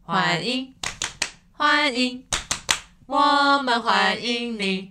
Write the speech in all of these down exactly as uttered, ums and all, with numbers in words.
欢迎，欢迎，我们欢迎你。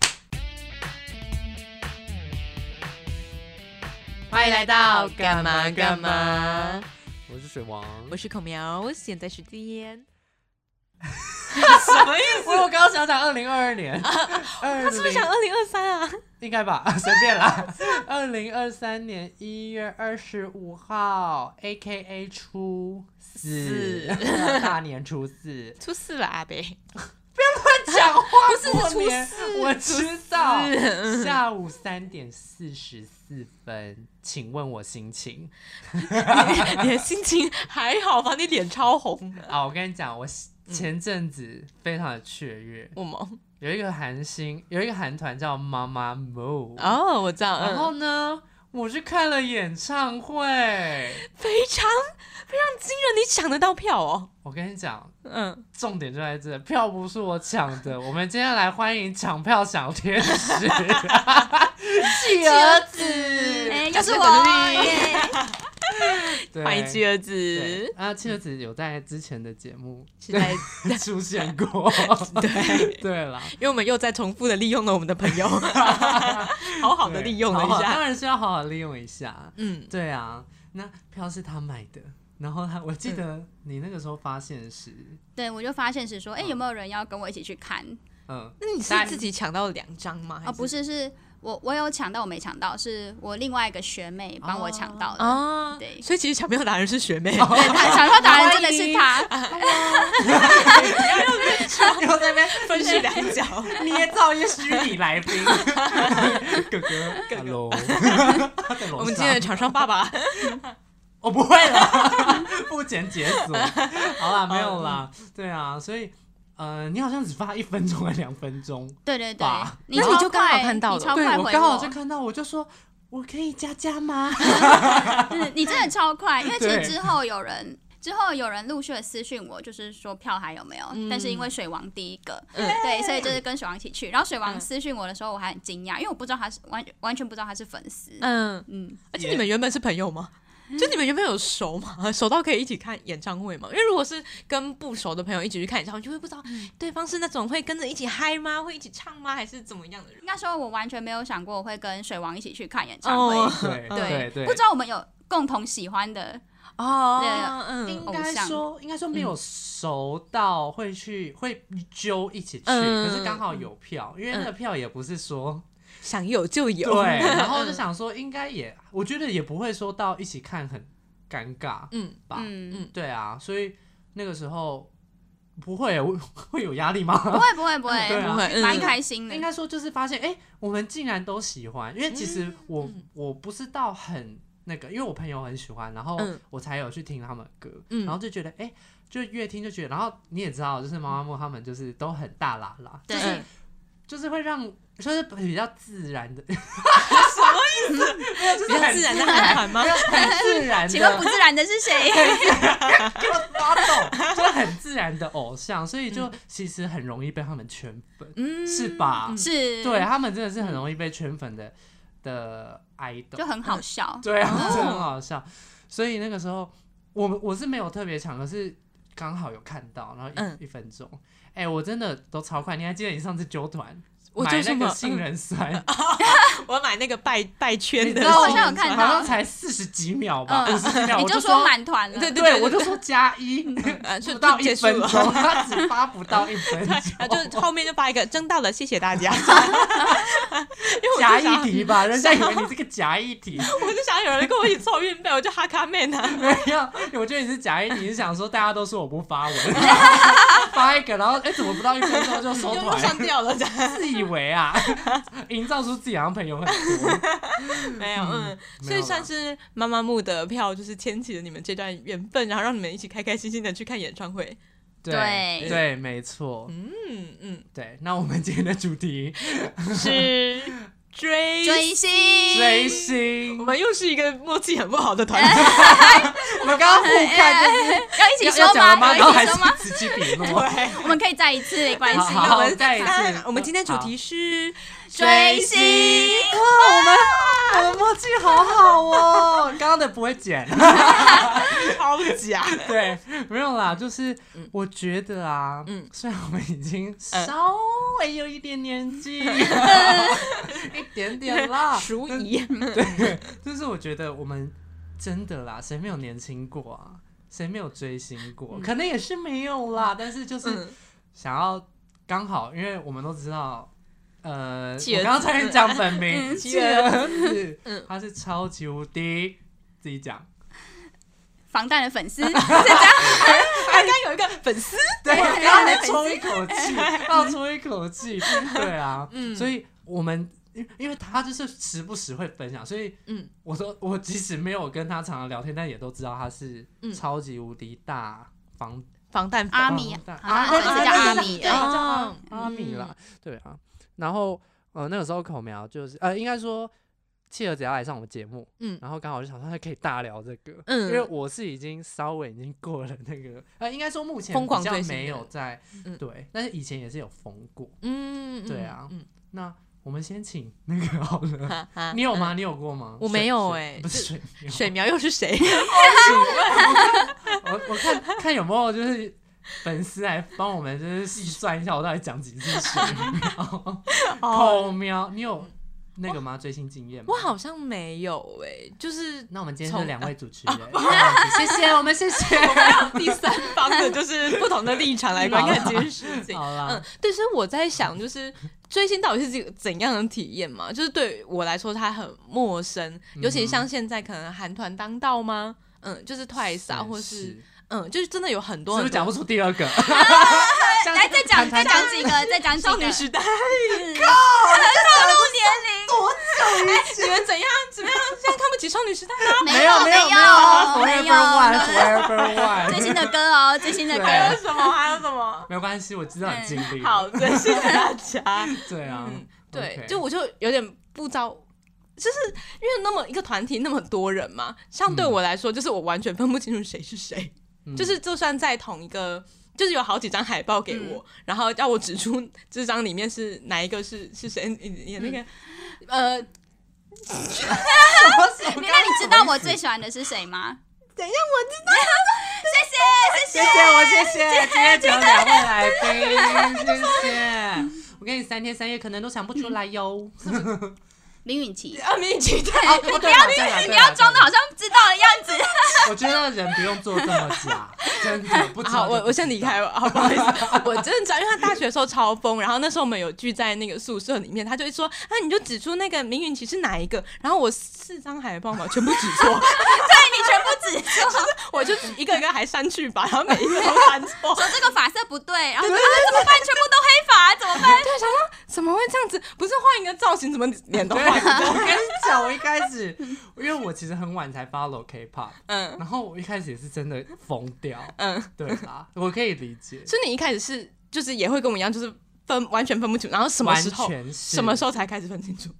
欢迎来到干嘛干嘛？ 我是水王， 我是孔苗，现在时间。 什么意思？我刚刚想讲二零二二年， 他是不是讲二零二三啊？ 应该吧，随便啦。二零二三年一月二十五号 ，A K A 初四，大年初四， 初四了，阿北。 不要乱讲话， 不是是初四， 我知道。下午三点四十四分，请问我心情？ 你, 你的心情还好吧？你脸超红的。 啊，我跟你讲，我前阵子非常的雀跃。 我吗？ 有一个韩星，有一个韩团叫 Mamamoo。 哦，我知道。 然后呢，我去看了演唱会， 非常非常惊人，你抢得到票哦！ 我跟你讲， 嗯， 重点就在这，票不是我抢的。我们今天来欢迎抢票小天使企鹅子， 哎、欸，就是我耶！ 欢迎企鹅子啊！企鹅子有在之前的节目是在出现过， 对对啦， 因为我们又在重复的利用了我们的朋友，好好的利用了一下， 当然是要好好利用一下。 嗯， 对啊，那票是他买的。然后他，我记得你那个时候发现时， 嗯、对我就发现时说，哎、欸，有没有人要跟我一起去看？ 嗯， 那你是自己抢到两张吗？ 哦，不是，是我我有抢到，我没抢到，是我另外一个学妹帮我抢到的。 哦， 对， 所以其实抢票达人是学妹， 哦、对，抢票达人真的是她。 又在那边分饰两角， 捏造一些虚拟来宾。哥哥，哥哥， 我们今天的厂商爸爸。 我不会了，付钱解锁。好啦，没有啦，对啊，所以呃，你好像只发一分钟还两分钟， 对对对， 你那你就刚好看到了， 你超快回我，我刚好就看到，我就说我可以加价吗？ 嗯，你真的超快，因为其实之后有人。之后有人陆续的私讯我，就是说票还有没有？嗯、但是因为水王第一个，嗯、对，所以就是跟水王一起去。然后水王私讯我的时候，我还很惊讶，因为我不知道他是完完全不知道他是粉丝。嗯嗯，而且你们原本是朋友吗？就你们原本有熟吗？熟到可以一起看演唱会吗？因为如果是跟不熟的朋友一起去看演唱会，就会不知道对方是那种会跟着一起嗨吗？会一起唱吗？还是怎么样的人？ 应该说，我完全没有想过我会跟水王一起去看演唱会。 哦、对对, 对, 对， 不知道我们有共同喜欢的。 哦， 嗯， 应该说，应该说没有熟到会去、嗯、会揪一起去，嗯、可是刚好有票，因为那个票也不是说想有就有， 对，然后就想说应该也，我觉得也不会说到一起看很尴尬，嗯吧，嗯嗯，对啊，所以那个时候不会会有压力吗？ 不会不会不会， 对啊、 不会，蛮开心的。 应该说就是发现，哎、欸，我们竟然都喜欢，因为其实我、嗯、我不是到很。那个，因为我朋友很喜欢，然后我才有去听他们的歌，嗯、然后就觉得，哎、欸，就越听就觉得，然后你也知道，就是Mamamoo他们就是都很大喇喇， 对， 就是就是会让，就是比较自然的， 什么意思？没有，就是比较自然的韩团吗？ 很自然的， 请问不自然的是谁？ 给我抓懂，就是很自然的偶像，所以就其实很容易被他们圈粉，嗯、是吧？ 是， 对他们真的是很容易被圈粉的。的 idol 就很好笑， 对啊，真的很好笑。所以那个时候，我我是没有特别抢，可是刚好有看到，然后一、嗯、一分钟，哎、欸，我真的都超快。你还记得你上次揪团买那个杏仁酸？嗯、 我买那个拜拜圈的， 我好像有看到， 好像才四十几秒吧，五十几秒， 你就说满团了， 对对对，我就说加一，不到一分钟，他只发不到一分钟， 就后面就发一个征到了，谢谢大家。 假议题吧，人家以为你是个假议题。 我就想有人跟我一起凑运费，我就哈卡妹啊。 没有，我觉得你是假议题，是想说大家都说我不发文，发一个，然后哎、欸，怎么不到一分钟就收团？ 删掉了， 自以为啊，营造出自己好像朋友很多。 没有，嗯，所以算是Mamamoo的票，就是牵起了你们这段缘分，然后让你们一起开开心心的去看演唱会。 对对，没错。嗯嗯，对。那我们今天的主题是追追星， 追星。 我们又是一个默契很不好的团体。 我们刚刚互看，就是要一起说吗？ 要一起说吗？此起彼落。 我们可以再一次，没关系。 好，我们再一次。 我们今天主题是追星。 哇，我们我们默契好好哦，刚刚的不会剪， 超假。 对，没有啦，就是我觉得啊，嗯，虽然我们已经稍微有一点年纪，一点点啦， 叔姨， 对，就是我觉得我们真的啦，谁没有年轻过啊？谁没有追星过？可能也是没有啦，但是就是想要刚好，因为我们都知道。呃，我刚刚差点讲本名，企鹅子，他是超级无敌，自己讲， 防弹的粉丝，是这样，刚刚有一个粉丝， 对，刚刚在抽一口气，要抽一口气，对啊，嗯，所以我们因为他就是时不时会分享，所以嗯，我说我即使没有跟他常常聊天，但也都知道他是超级无敌大防防弹阿米， 阿粉丝叫阿米， 对，叫阿米啦，对啊。然后呃那个时候口苗就是呃应该说企鹅只要来上我们节目，嗯，然后刚好就想说他可以大聊这个，嗯，因为我是已经稍微已经过了那个呃应该说目前比较没有在对，但是以前也是有疯过，嗯，对啊，嗯，那我们先请那个好了，你有吗？你有过吗？ 我没有哎， 不是水苗， 水苗又是谁？ 我我看看有没有就是。粉丝来帮我们就是细算一下，我到底讲几次水苗、口苗，你有那个吗？追星经验吗？ 我好像没有哎、欸，就是那我们今天是两位主持人，谢谢我们，谢谢。 我们有第三方的，就是不同的立场来观看这件事情。 好啦， 嗯，对，所以我在想，就是追星到底是这个怎样的体验嘛？就是对我来说，它很陌生，尤其像现在可能韩团当道吗？嗯，就是 Twice 啊，或是。嗯，就是真的有很多， 是不是讲不出第二个？ 来，再讲，再讲几个，再讲几个。 少女时代，靠， 透露年龄， 多久以前？ 你们怎样？怎么样？现在看不起少女时代吗？ 没有，没有， 没有 ，Forever One，Forever One。 最新的歌哦，最新的歌。 还有什么？还有什么？ 没有关系，我知道你尽力。 好，谢谢大家。 对啊， 对，就我就有点不知道。就是因为那么一个团体那么多人嘛，像对我来说，就是我完全分不清楚谁是谁。嗯、就是就算在同一个，就是有好几张海报给我，嗯、然后要我指出这张里面是哪一个是是谁，你你那个、嗯、呃， 那你知道我最喜欢的是谁吗？ 等一下，我知道， 谢谢谢谢谢我谢谢，今天讲两位来宾，谢谢。我给你三天三夜，可能都想不出来哟。 林允琪啊，林允琪，对， 哦、你不要你不要装的好像知道的样子。 我觉得人不用做这么假，真的不知道。 好，我我先离开，好不好意思，我真的知道，因为他大学的时候超疯，然后那时候我们有聚在那个宿舍里面，他就会说，啊，你就指出那个林允琪是哪一个，然后我四张海报嘛，全部指错， 对你全部指错， 就是我就一个一个还删去吧，然后每一个都删错， 说这个发色不对，然后说啊怎么办，全部都黑发，怎么办？ 对，想说怎么会这样子？不是换一个造型，怎么脸都换？ 我跟你讲，我一开始，因为我其实很晚才 follow K-pop， 嗯，然后我一开始也是真的疯掉，嗯，对啦，我可以理解。 所以你一开始是就是也会跟我一样，就是分完全分不清，然后什么时候什么时候才开始分清楚？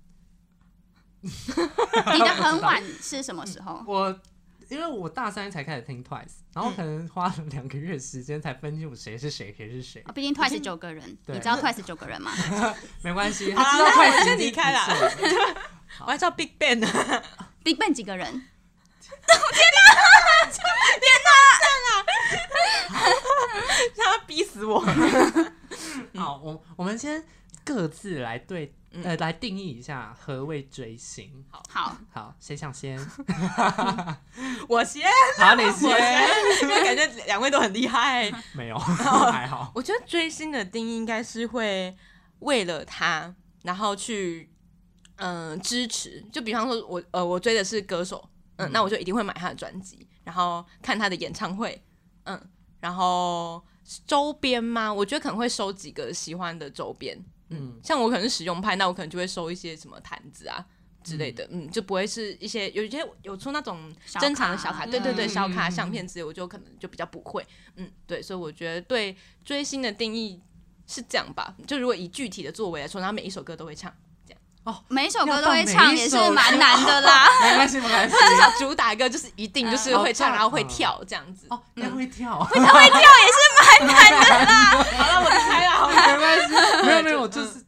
你的很晚是什么时候？ 我因为我大三才开始听 Twice， 然后可能花了两个月时间才分清楚谁是谁，谁是谁。 毕竟 Twice 九个人，你知道 Twice 九个人吗？ 没关系，他知道 Twice 先离开了。我还知道 Big Bang 呢 ，Big Bang 几个人？ 天哪！天哪！他逼死我！ 好，我我们先各自来对呃来定义一下何谓追星。 好，好， 好，谁想先？ 我先。 好，你先。 因为感觉两位都很厉害。 没有，还好。 我觉得追星的定义应该是会为了他，然后去。嗯，支持就比方说我呃我追的是歌手，嗯，嗯那我就一定会买他的专辑，然后看他的演唱会，嗯，然后周边嘛，我觉得可能会收几个喜欢的周边，嗯，像我可能是实用派，那我可能就会收一些什么毯子啊之类的，嗯, 嗯，就不会是一些有一些有出那种珍藏的小卡，对对对，小卡相片之类，我就可能就比较不会，嗯，对，所以我觉得对追星的定义是这样吧，就如果以具体的作为来说，他每一首歌都会唱。 哦，每一首歌都会唱也是蛮难的啦。 没关系，没关系。 至少主打一个就是一定就是会唱，然后会跳这样子。 哦，那会跳， 会跳也是蛮难的啦。 好了，我离开了， 没关系。没有没有，就是就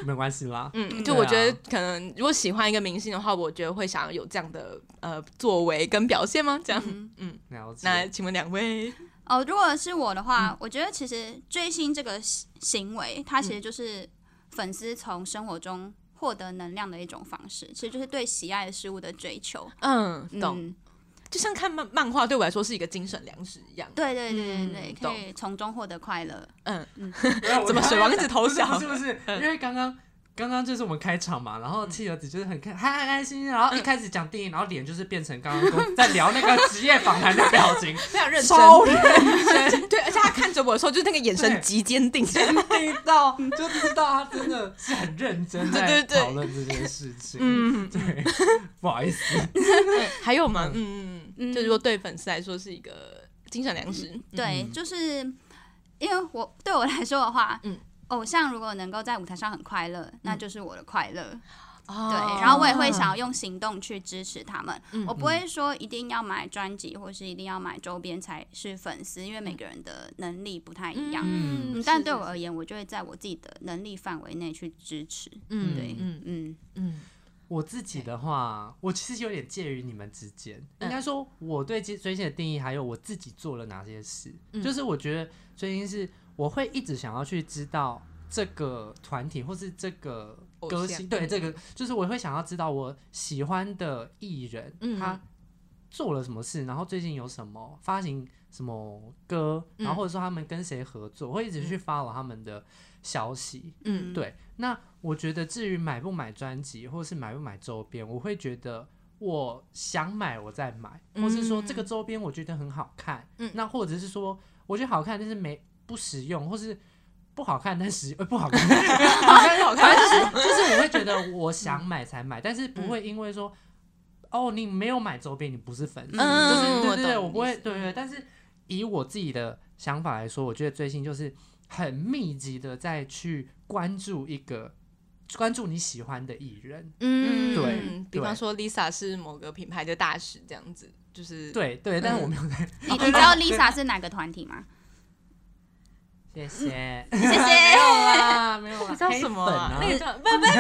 没关系啦。 嗯，就我觉得可能如果喜欢一个明星的话，我觉得会想要有这样的呃作为跟表现吗？这样，嗯，嗯了解。 那请问两位？ 哦，如果是我的话，嗯、我觉得其实追星这个行为，它其实就是粉丝从生活中获得能量的一种方式，其实就是对喜爱的事物的追求。 嗯，懂。嗯，就像看漫漫画对我来说是一个精神粮食一样。 对对对对对，嗯、可以从中获得快乐。 嗯嗯，怎么水王一直偷笑？ 是不是？因为刚刚。刚刚就是我们开场嘛，然后企鹅子就是很开开开心，然后一开始讲电影，然后脸就是变成刚刚在聊那个职业访谈的表情， 非常认真， 超认真。 对，而且他看着我的时候，就是那个眼神极坚定， 坚定到就知道他真的是很认真在讨论这件事情。嗯，对，不好意思。 还有吗？嗯嗯嗯，就如果对粉丝来说是一个精神粮食， 对，就是因为我对我来说的话，嗯。偶像如果能够在舞台上很快乐，嗯、那就是我的快乐。哦、对，然后我也会想要用行动去支持他们。嗯、我不会说一定要买专辑或是一定要买周边才是粉丝，因为每个人的能力不太一样。嗯嗯、但对我而言，我就会在我自己的能力范围内去支持。嗯，对，嗯嗯嗯。我自己的话，我其实有点介于你们之间。应该说，我对追星的定义，还有我自己做了哪些事，嗯、就是我觉得追星是。我会一直想要去知道这个团体或是这个歌星，对这个就是我会想要知道我喜欢的艺人、嗯、他做了什么事，然后最近有什么发行什么歌，然后或者说他们跟谁合作，我会一直去 follow 他们的消息。嗯，对。那我觉得至于买不买专辑或是买不买周边，我会觉得我想买我再买，或是说这个周边我觉得很好看，嗯、那或者是说我觉得好看但是没不实用，或是不好看但实呃不好看，好看好看，就是就是我会觉得我想买才买，但是不会因为说、嗯、哦你没有买周边你不是粉丝，嗯、就是对对对，我不会对对，但是以我自己的想法来说，我觉得追星就是很密集的在去关注一个关注你喜欢的艺人，嗯，对， 比方说 Lisa 是某个品牌的大使这样子，就是对对，但是我没有在。 你你知道 Lisa 是哪个团体吗？ 谢谢， 谢谢。 没有啦，没有啦。 你知道什么啊？那个叫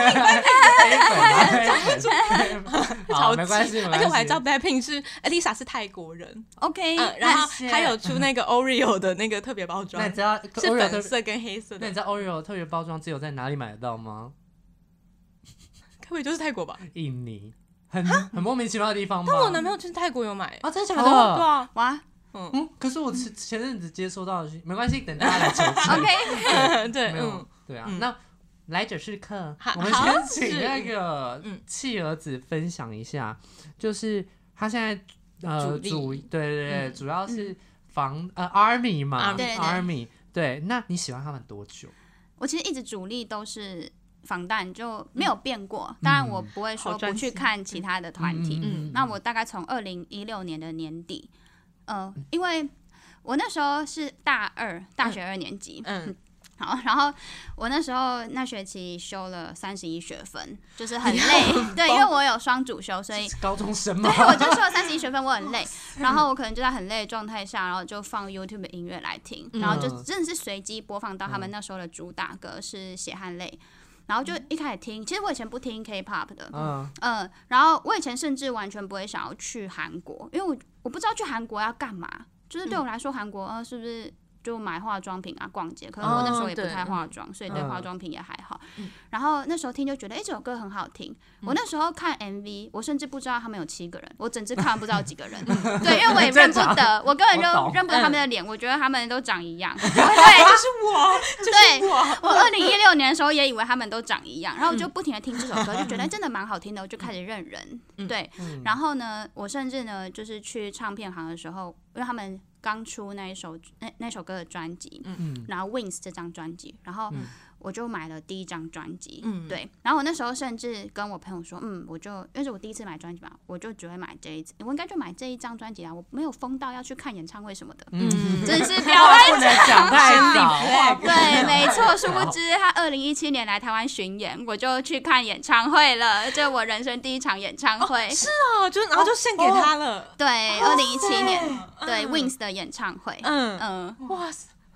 Blackpink，好，没关系， 而且我还知道 Blackpink 是 Lisa 是泰国人 ，OK， 然后还有出那个 Oreo 的那个特别包装， 那你知道是粉色跟黑色的？ 那你知道 Oreo 特别包装只有在哪里买得到吗？ 该不会就是泰国吧？ 印尼，很很莫名其妙的地方吧？ 但我男朋友去泰国有买啊，真的假的？ 对啊， 哇。 嗯，可是我前阵子接收到的，没关系，等大家来求证。 OK， 对， 没有，对啊。那来者是客，我们先请那个企鹅子分享一下，就是他现在呃主对对对，主要是防呃 Army 嘛 ，Army 对。那你喜欢他们多久？ 我其实一直主力都是防弹，就没有变过。当然，我不会说不去看其他的团体。嗯，那我大概从二零一六年的年底。呃，因为我那时候是大二，大学二年级，嗯，嗯好，然后我那时候那学期修了三十一学分，就是很累，对，因为我有双主修，所以高中生嘛， 对，我就修了三十一学分，我很累，然后我可能就在很累的状态下，然后就放 YouTube 的音乐来听，然后就真的是随机播放到他们那时候的主打歌是血汗泪。然后就一开始听，其实我以前不听 K-pop 的，嗯嗯，然后我以前甚至完全不会想要去韩国，因为我我不知道去韩国要干嘛，就是对我来说韩国呃是不是就买化妆品啊逛街，可能我那时候也不太化妆，哦、所以对化妆品也还好。嗯、然后那时候听就觉得，哎、欸，这首歌很好听。嗯、我那时候看 M V， 我甚至不知道他们有七个人，我整支看完不知道有几个人。对，因为我也认不得，我根本就认不得他们的脸，我觉得他们都长一样。对，就是我，就是我。我二零一六年的时候也以为他们都长一样，然后我就不停的听这首歌，就觉得真的蛮好听的，我就开始认人。对，嗯、然后呢，我甚至呢，就是去唱片行的时候，因为他们刚出那一首那那首歌的专辑，嗯、然后 Wings 这张专辑，然后我就买了第一张专辑，嗯、对，然后我那时候甚至跟我朋友说，嗯，我就因为是我第一次买专辑嘛，我就只会买这一次，我应该就买这一张专辑啊，我没有疯到要去看演唱会什么的，嗯，真是不要乱讲太早， 对，没错，殊不知他二零一七年来台湾巡演，我就去看演唱会了，这是我人生第一场演唱会， 哦是哦，就然后就献给他了， 哦、对，二零一七年，对 Wings 的演唱会，嗯嗯， 哇塞。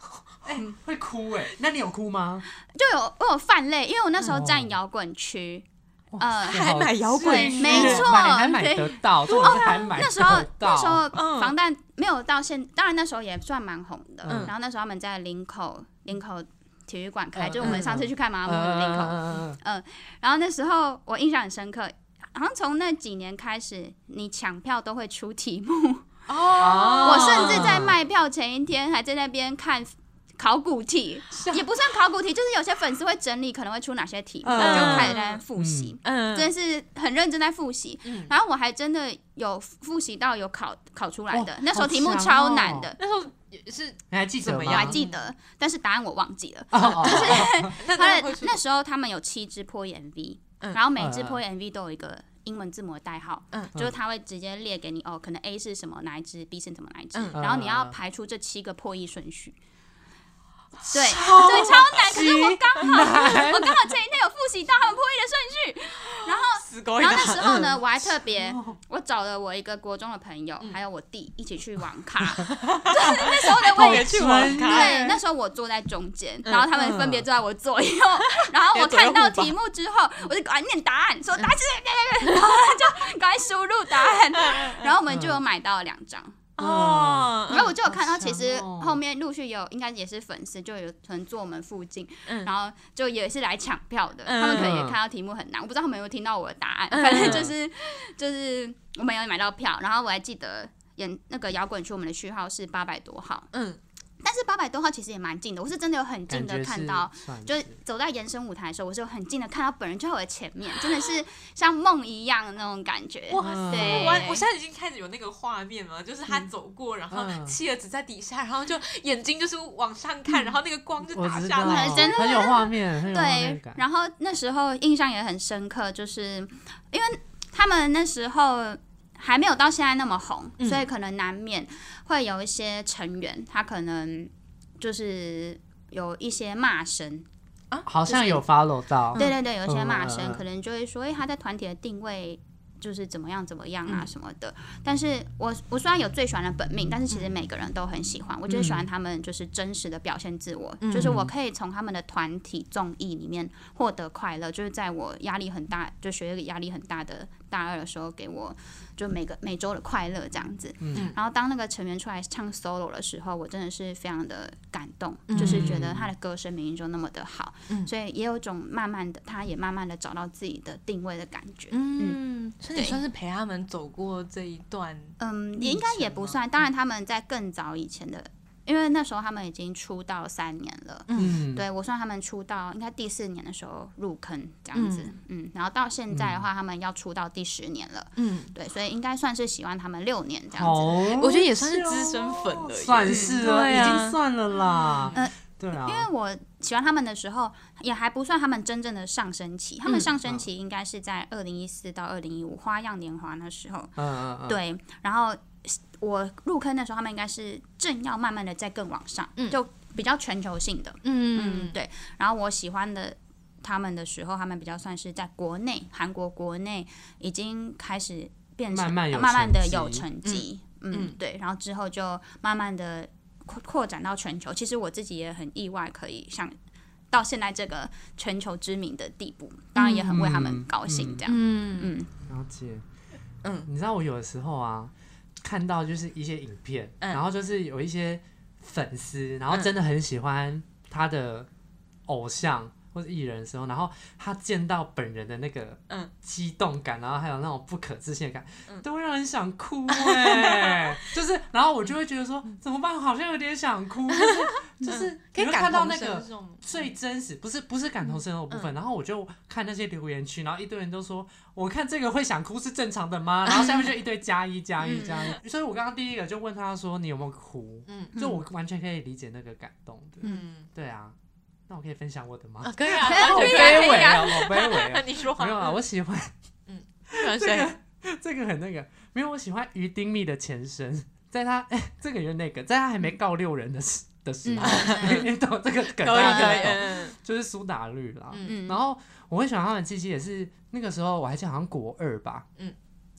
哎、欸，会哭哎、欸，那你有哭吗？ 就有我有泛泪，因为我那时候站摇滚区。呃， 还买摇滚区， 没错， 买还买得到，重点是还买得到。 那时候那时候防弹没有到现，当然那时候也算蛮红的。嗯、然后那时候他们在林口林口体育馆开，嗯、就我们上次去看妈妈木的林口。嗯、呃，然后那时候我印象很深刻，好像从那几年开始，你抢票都会出题目。哦，我甚至在卖票前一天还在那边看。考古题也不算考古题，就是有些粉丝会整理可能会出哪些题，嗯、就开始在复习，嗯、真的是很认真在复习。嗯、然后我还真的有复习到有考考出来的，哦、那时候题目超难的。 哦、那时候也是你还记得吗？ 我还记得，但是答案我忘记了。哦、就是他的那时候他们有七支破译 M V，嗯、然后每支破译 M V 都有一个英文字母的代号，嗯、就是他会直接列给你哦，可能 A 是什么哪一支 ，B 是什么哪一支，嗯、然后你要排出这七个破译顺序。对，对，超难。可是我刚好，我刚好前一天有复习到他们破译的顺序，然后，然后那时候呢，我还特别，我找了我一个国中的朋友，还有我弟一起去网咖，就是那时候的位置，对，那时候我坐在中间，然后他们分别坐在我左右，然后我看到题目之后，我就赶快念答案，说答案是，然后就赶快输入答案，然后我们就有买到两张。哦，然后我就有看到，其实后面陆续有，应该也是粉丝，就有可能坐我们附近，嗯、然后就也是来抢票的。嗯、他们可能也看到题目很难，我不知道他们有没有听到我的答案。嗯、反正就是就是我们有买到票，然后我还记得演那个摇滚区，我们的序号是八百多号。嗯。但是八百多号其实也蛮近的，我是真的有很近的看到，就是走在延伸舞台的时候，我是有很近的看到本人就在我的前面，真的是像梦一样的那种感觉。哇塞！ 对，我我现在已经开始有那个画面了，就是他走过，然后企鹅子在底下，然后就眼睛就是往上看，然后那个光就打下来， 真的很有画面，很有画面感。 对，然后那时候印象也很深刻，就是因为他们那时候还没有到现在那么红，嗯、所以可能难免会有一些成员，他可能就是有一些骂声啊，好像有 follow 到， 对对对，有一些骂声，嗯、可能就会说，哎、欸，他在团体的定位就是怎么样怎么样啊什么的。嗯、但是我我虽然有最喜欢的本命，但是其实每个人都很喜欢，嗯、我就是喜欢他们就是真实的表现自我，嗯、就是我可以从他们的团体综艺里面获得快乐，就是在我压力很大，就学业压力很大的大二的时候给我。就每个每周的快乐这样子，嗯、然后当那个成员出来唱 solo 的时候，我真的是非常的感动，嗯、就是觉得他的歌声明明就那么的好，嗯、所以也有种慢慢的，他也慢慢的找到自己的定位的感觉。 嗯，嗯所以你算是陪他们走过这一段， 嗯，也应该也不算，当然他们在更早以前的。因为那时候他们已经出道三年了，嗯，对我算他们出道应该第四年的时候入坑这样子，嗯, 嗯，然后到现在的话，他们要出道第十年了，嗯，对，所以应该算是喜欢他们六年这样子， 哦、我觉得也算是资深粉了， 算是了，啊、已经算了啦，嗯、呃，对啊， 因为我喜欢他们的时候，也还不算他们真正的上升期，他们上升期应该是在二零一四到二零一五花样年华那时候，嗯嗯嗯，对，然后。我入坑的时候，他们应该是正要慢慢的再更往上，嗯、就比较全球性的，嗯嗯，对。然后我喜欢的他们的时候，他们比较算是在国内，韩国国内已经开始变成慢慢慢慢的有成绩，嗯, 嗯对。然后之后就慢慢的扩扩展到全球。其实我自己也很意外，可以像到现在这个全球知名的地步，当然也很为他们高兴，这样，嗯嗯，了解。嗯，你知道我有的时候啊。看到就是一些影片，嗯、然后就是有一些粉丝，然后真的很喜欢他的偶像或者艺人的时候，然后他见到本人的那个激动感，然后还有那种不可置信的感，嗯、都会让人想哭哎、欸，就是，然后我就会觉得说怎么办，好像有点想哭，就是就是你会看到那个最真实，不是不是感同身受的部分，嗯、然后我就看那些留言区，然后一堆人都说。我看这个会想哭是正常的吗？然后下面就一堆加一加一加一，所以我刚刚第一个就问他说你有没有哭？嗯，就我完全可以理解那个感动的。嗯，对啊，那我可以分享我的吗？ 啊、可以啊， 好卑微啊，好卑微啊！ 你说话没有啊？我喜欢， 嗯， 这个这个很那个，没有，我喜欢于丁密的前身，在他哎、欸，这个人那个，在他还没告六人的时的时候，嗯、你懂这个梗大家懂，嗯、就是苏打绿啦。嗯、然后我会喜欢他们七七也是那个时候，我还记得好像国二吧，嗯，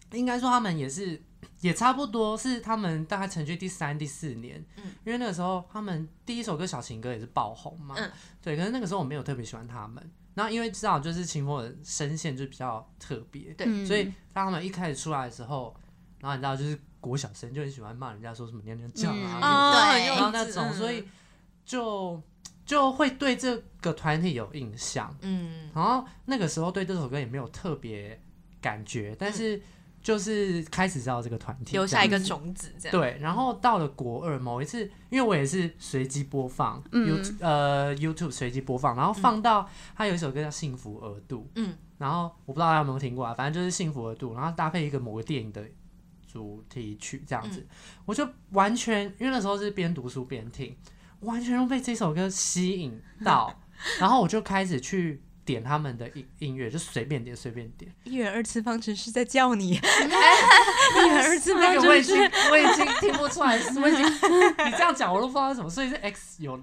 应该说他们也是也差不多是他们大概成军第三第四年，嗯，因为那个时候他们第一首歌小情歌也是爆红嘛，嗯，对，可是那个时候我没有特别喜欢他们，然后因为知道就是清风的声线就比较特别，对，所以当他们一开始出来的时候，然后你知道就是国小生就很喜欢骂人家说什么娘娘腔啊， 嗯、 对，然后那种，嗯、所以就就会对这个团体有印象，嗯，然后那个时候对这首歌也没有特别感觉，但是就是开始知道这个团体， 留下一个种子，这样对。然后到了国二某一次，因为我也是随机播放、嗯、YouTube 呃 YouTube 随机播放，然后放到他有一首歌叫《幸福额度》，嗯，然后我不知道大家有没有听过啊，反正就是《幸福额度》，然后搭配一个某个电影的主题曲这样子，嗯、我就完全因为那时候是边读书边听，完全都被这首歌吸引到，然后我就开始去点他们的音乐，就随便点随便点。 一元二次方程式在叫你，一元二次方程式， 我已经我已经听不出来，我已经你这样讲我都不知道是什么，所以是 x 有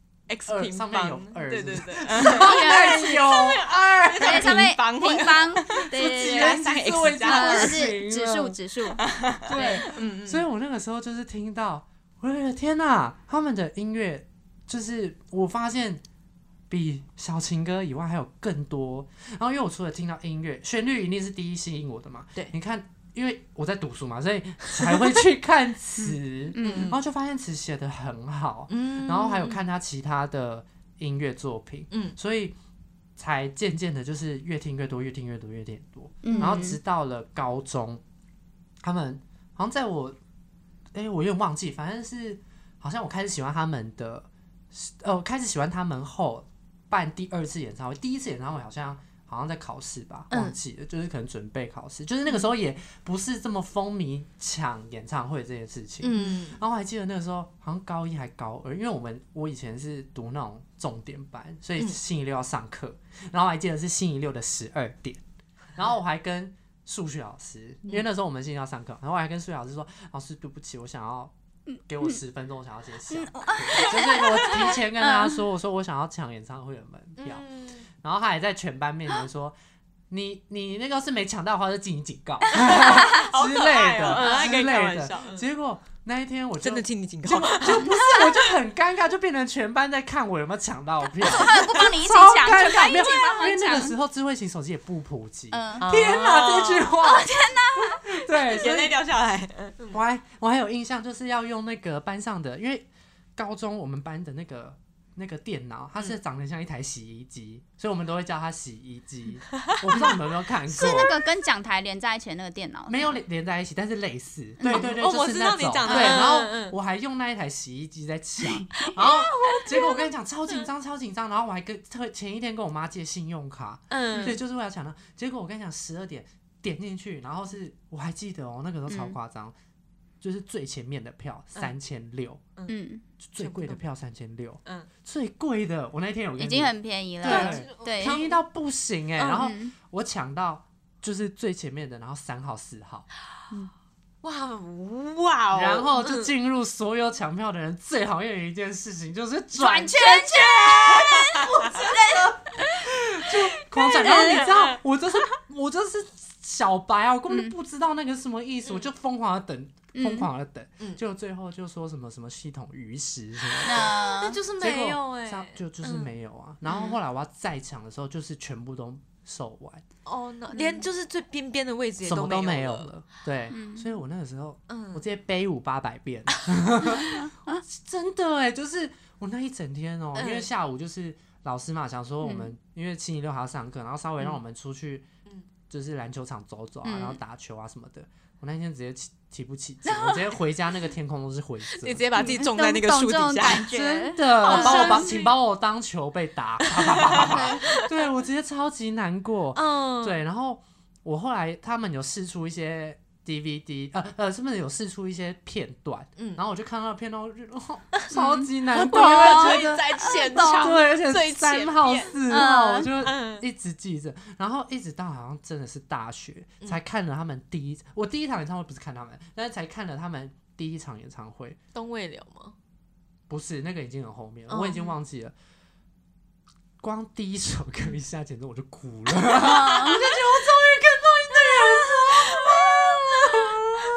x 平方，上面有二， 对对对， 二有二， 对，上面平方平方，对对对， 三 x 加二是指数指数， 对，嗯，所以我那个时候就是听到，我就觉得天哪，他们的音乐就是我发现。比小情歌以外还有更多，然后因为我除了听到音乐，旋律一定是第一吸引我的嘛。对，你看，因为我在读书嘛，所以才会去看词，嗯，然后就发现词写得很好，嗯，然后还有看他其他的音乐作品，嗯，所以才渐渐的就是越听越多，越听越多，越听越多，嗯，然后直到了高中，他们好像在我，哎、欸，我有点忘记，反正是好像我开始喜欢他们的，呃，我开始喜欢他们后。办第二次演唱会，第一次演唱会好像好像在考试吧，忘记了，嗯、就是可能准备考试，就是那个时候也不是这么风靡抢演唱会这件事情。嗯，然后我还记得那个时候好像高一还高二，因为我们我以前是读那种重点班，所以星期六要上课，嗯、然后我还记得是星期六的十二点，然后我还跟数学老师，因为那时候我们星期六要上课，然后我还跟数学老师说，老师对不起，我想要。给我十分钟，我想要先下课，就是我提前跟他说，我说我想要抢演唱会的门票，嗯、然后他还在全班面前说，你你那个是没抢到的话，就记你警告之类的、哦、之类的。嗯、结果那一天我就真的记你警告， 就, 就不是，我就很尴尬，就变成全班在看我有没有抢到票， 他们不帮你一起抢，就他一起帮忙抢。 因为那个时候智慧型手机也不普及，嗯、天哪，哦、这句话， 哦、天哪， 对， 眼泪掉下来。 我还我还有印象，就是要用那个班上的，因为高中我们班的那个那个电脑，它是长得像一台洗衣机，嗯、所以我们都会叫它洗衣机。我不知道你们有没有看过？ 是那个跟讲台连在一起的那个电脑？ 没有连连在一起，但是类似。对对对， 哦、 就是那种。 我知道你讲的。 对，然后我还用那一台洗衣机在抢，然后结果我跟你讲超紧张超紧张，然后我还跟前一天跟我妈借信用卡，嗯，所以就是为了抢到。结果我跟你讲十二点点进去，然后是我还记得哦，那个时候超夸张。嗯，就是最前面的票三千六，嗯，最贵的票三千六，嗯，最贵的我那天有跟你已经很便宜了， 对对，便宜到不行哎、欸，嗯、然后我抢到就是最前面的，然后三号四号， 嗯，哇哇、哦， 然后就进入所有抢票的人最讨厌的一件事情就是转圈圈， 我真的就狂转，然后你知道我就是我就是小白啊，我根本就不知道那个是什么意思，嗯、我就疯狂的等。疯狂的等，嗯、就最后就说什么什么系统逾时什么的， 那就是没有哎、 欸，就就是没有啊。嗯、然后后来我要再抢的时候，就是全部都售完哦，那连就是最边边的位置也都什么都没有了。对，嗯、所以我那个时候，嗯、我直接背舞八百遍，真的哎、欸，就是我那一整天哦、喔，嗯、因为下午就是老师嘛，想说我们、嗯、因为星期六还要上课，然后稍微让我们出去，嗯、就是篮球场走走啊，嗯、然后打球啊什么的。我那天直接起提不起劲，我直接回家那个天空都是灰色。 你直接把自己种在那个树底下， 真的，把我当请把我当球被打，啪啪啪啪啪。对，我直接超级难过。嗯，对，然后我后来他们有释出一些 D V D， 呃呃，是不是有释出一些片段？嗯，然后我就看到片段，我就哦，超级难过，因为觉得在现场， 对，而且三号四号，我就一直记着，然后一直到好像真的是大学才看了他们第一，我第一场演唱会不是看他们，但是才看了他们第一场演唱会。 东未流吗？ 不是，那个已经很后面了，我已经忘记了。光第一首歌一下，简直我就哭了，我就觉得我终于看到你的演唱会。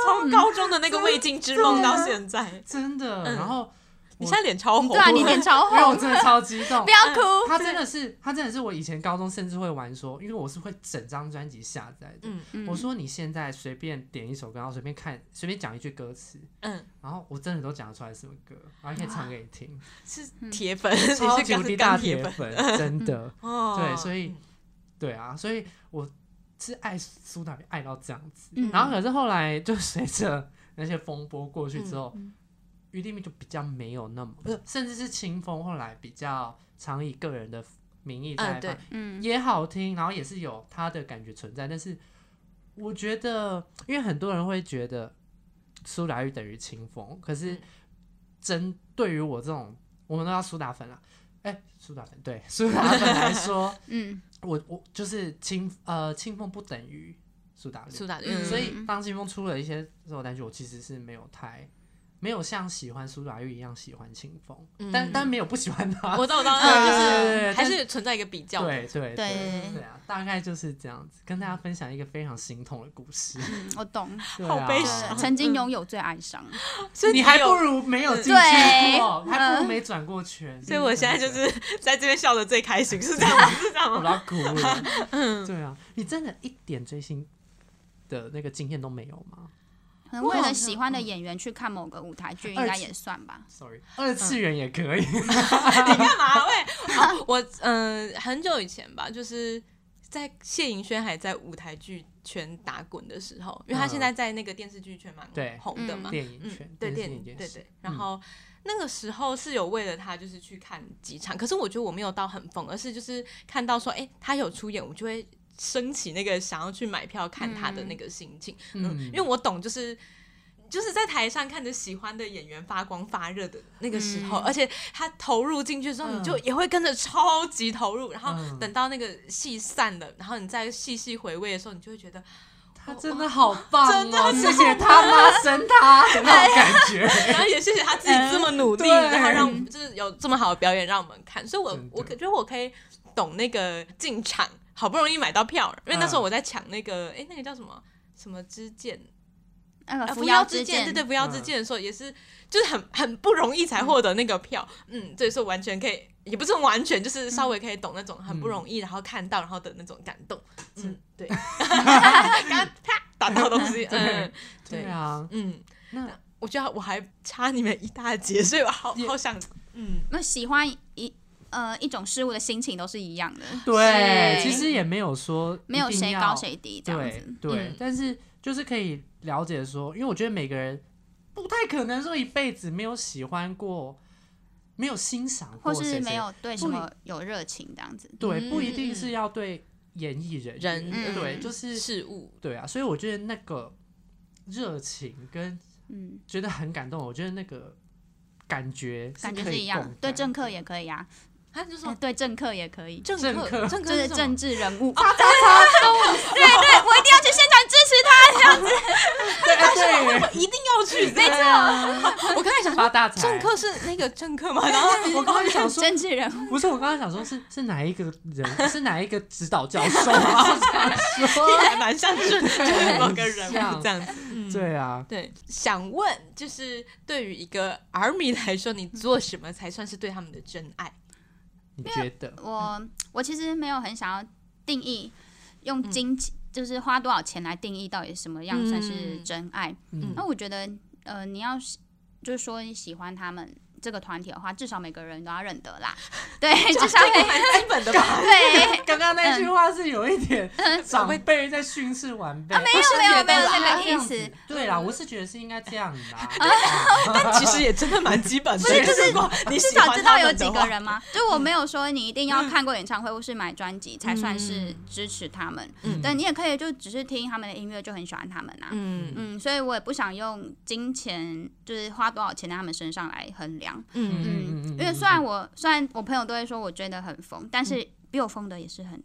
从高中的那个未尽之梦到现在， 真的。然后你现在脸超红， 对啊，你脸超红， 因为我真的超激动， 不要哭。 他真的是，他真的是我以前高中甚至会玩说，因为我是会整张专辑下载的。嗯、我说你现在随便点一首歌，然后随便看，随便讲一句歌词，嗯，然后我真的都讲得出来什么歌，然后可以唱给你听， 是铁粉， 超级无敌大铁粉， 真的。哦、对，所以对啊，所以我是爱苏打绿爱到这样子。嗯、然后可是后来就随着那些风波过去之后。嗯余定明就比较没有那么，甚至是清风后来比较常以个人的名义在放，嗯，也好听，然后也是有他的感觉存在。但是我觉得，因为很多人会觉得苏打绿等于清风，可是针对于我这种，我们都要苏打粉啦，哎、欸，苏打粉对苏打粉来说，嗯，我我就是清呃清风不等于苏打绿， 苏打绿， 嗯、所以当清风出了一些这首单曲，我其实是没有太。没有像喜欢苏打绿一样喜欢清风，嗯、但但没有不喜欢他。 我知道，我知道，就是还是存在一个比较。 对对对对啊，大概就是这样子，跟大家分享一个非常心痛的故事。 嗯、我懂， 啊、 好悲伤。 曾经拥有最哀伤， 所以你还不如没有进去过，还不如没转过圈。 所以我现在就是在这边笑得最开心，是这样吗？是这样吗？ 我要哭了。嗯，对啊，你真的一点追星的那个经验都没有吗？ 可能为了喜欢的演员去看某个舞台剧，应该也算吧。 Sorry， 二次元也可以。 你干嘛？喂，哦、我嗯、呃，很久以前吧，就是在谢盈萱还在舞台剧圈打滚的时候，因为他现在在那个电视剧圈蛮红的嘛， 电影圈， 对电影，对对。然后那个时候是有为了他就是去看几场，可是我觉得我没有到很疯，而是就是看到说，哎、欸，他有出演，我就会。升起那个想要去买票看他的那个心情，嗯，嗯因为我懂，就是就是在台上看着喜欢的演员发光发热的那个时候，嗯、而且他投入进去之后，你就也会跟着超级投入，嗯、然后等到那个戏散了，然后你再细细回味的时候，你就会觉得他真的好棒、哦， 真的谢谢他妈生他的那种感觉， 然后也谢谢他自己这么努力，然后让就是有这么好的表演让我们看，所以我我觉得我可以懂那个进场。好不容易买到票，因为那时候我在抢那个，哎、嗯，那个叫什么什么之剑， 那个扶摇之剑， 对对，扶摇之剑的时候也是，就是很很不容易才获得那个票，嗯，所以说完全可以，也不是完全，就是稍微可以懂那种很不容易，然后看到然后的那种感动，嗯，对，刚刚啪打到东西，嗯， 对啊， 嗯，那我觉得我还差你们一大截，所以我好好想，嗯， 那喜欢一。呃，一种事物的心情都是一样的。 对，其实也没有说没有谁高谁低这样子。 对，对嗯、但是就是可以了解说，因为我觉得每个人不太可能说一辈子没有喜欢过，没有欣赏过谁谁， 或是没有对什么有热情这样子。 对，不一定是要对演艺人人， 嗯、对，就是事物。 对啊，所以我觉得那个热情跟嗯，觉得很感动，我觉得那个感觉感觉是一样，对政客也可以啊。 他就说、欸、 对政客也可以， 政客政客就是政治人物， 叉叉叉， 对对，我一定要去现场支持他这样子， 对对， 我一定要去， 没错。 我刚才想发大财， 政客是那个政客吗？然后我刚才想说政治人物， 不是，我刚才想说是是哪一个人，是哪一个指导教授啊？ 说还蛮像政就是某个人物这样子， 嗯、对啊， 对，想问就是对于一个儿迷来说，你做什么才算是对他们的真爱？ 你觉得我我其实没有很想要定义用金钱、嗯、就是花多少钱来定义到底什么样算是真爱。嗯、那我觉得呃，你要就是说你喜欢他们这个团体的话，至少每个人都要认得啦。对，至少蛮基本的吧。 对， 刚刚那句话是有一点长辈在训斥晚辈、 嗯啊。没有没有没有那个意思。 对啦，我是觉得是应该这样的啦。 但其实也真的蛮基本的。 不是，就是你至少知道有几个人吗？就我没有说你一定要看过演唱会或是买专辑才算是支持他们。嗯。但你也可以就只是听他们的音乐就很喜欢他们啊。嗯嗯。所以我也不想用金钱就是花多少钱在他们身上来衡量。嗯嗯，因为虽然我虽然我朋友都会说我追得很疯，但是比我疯的也是很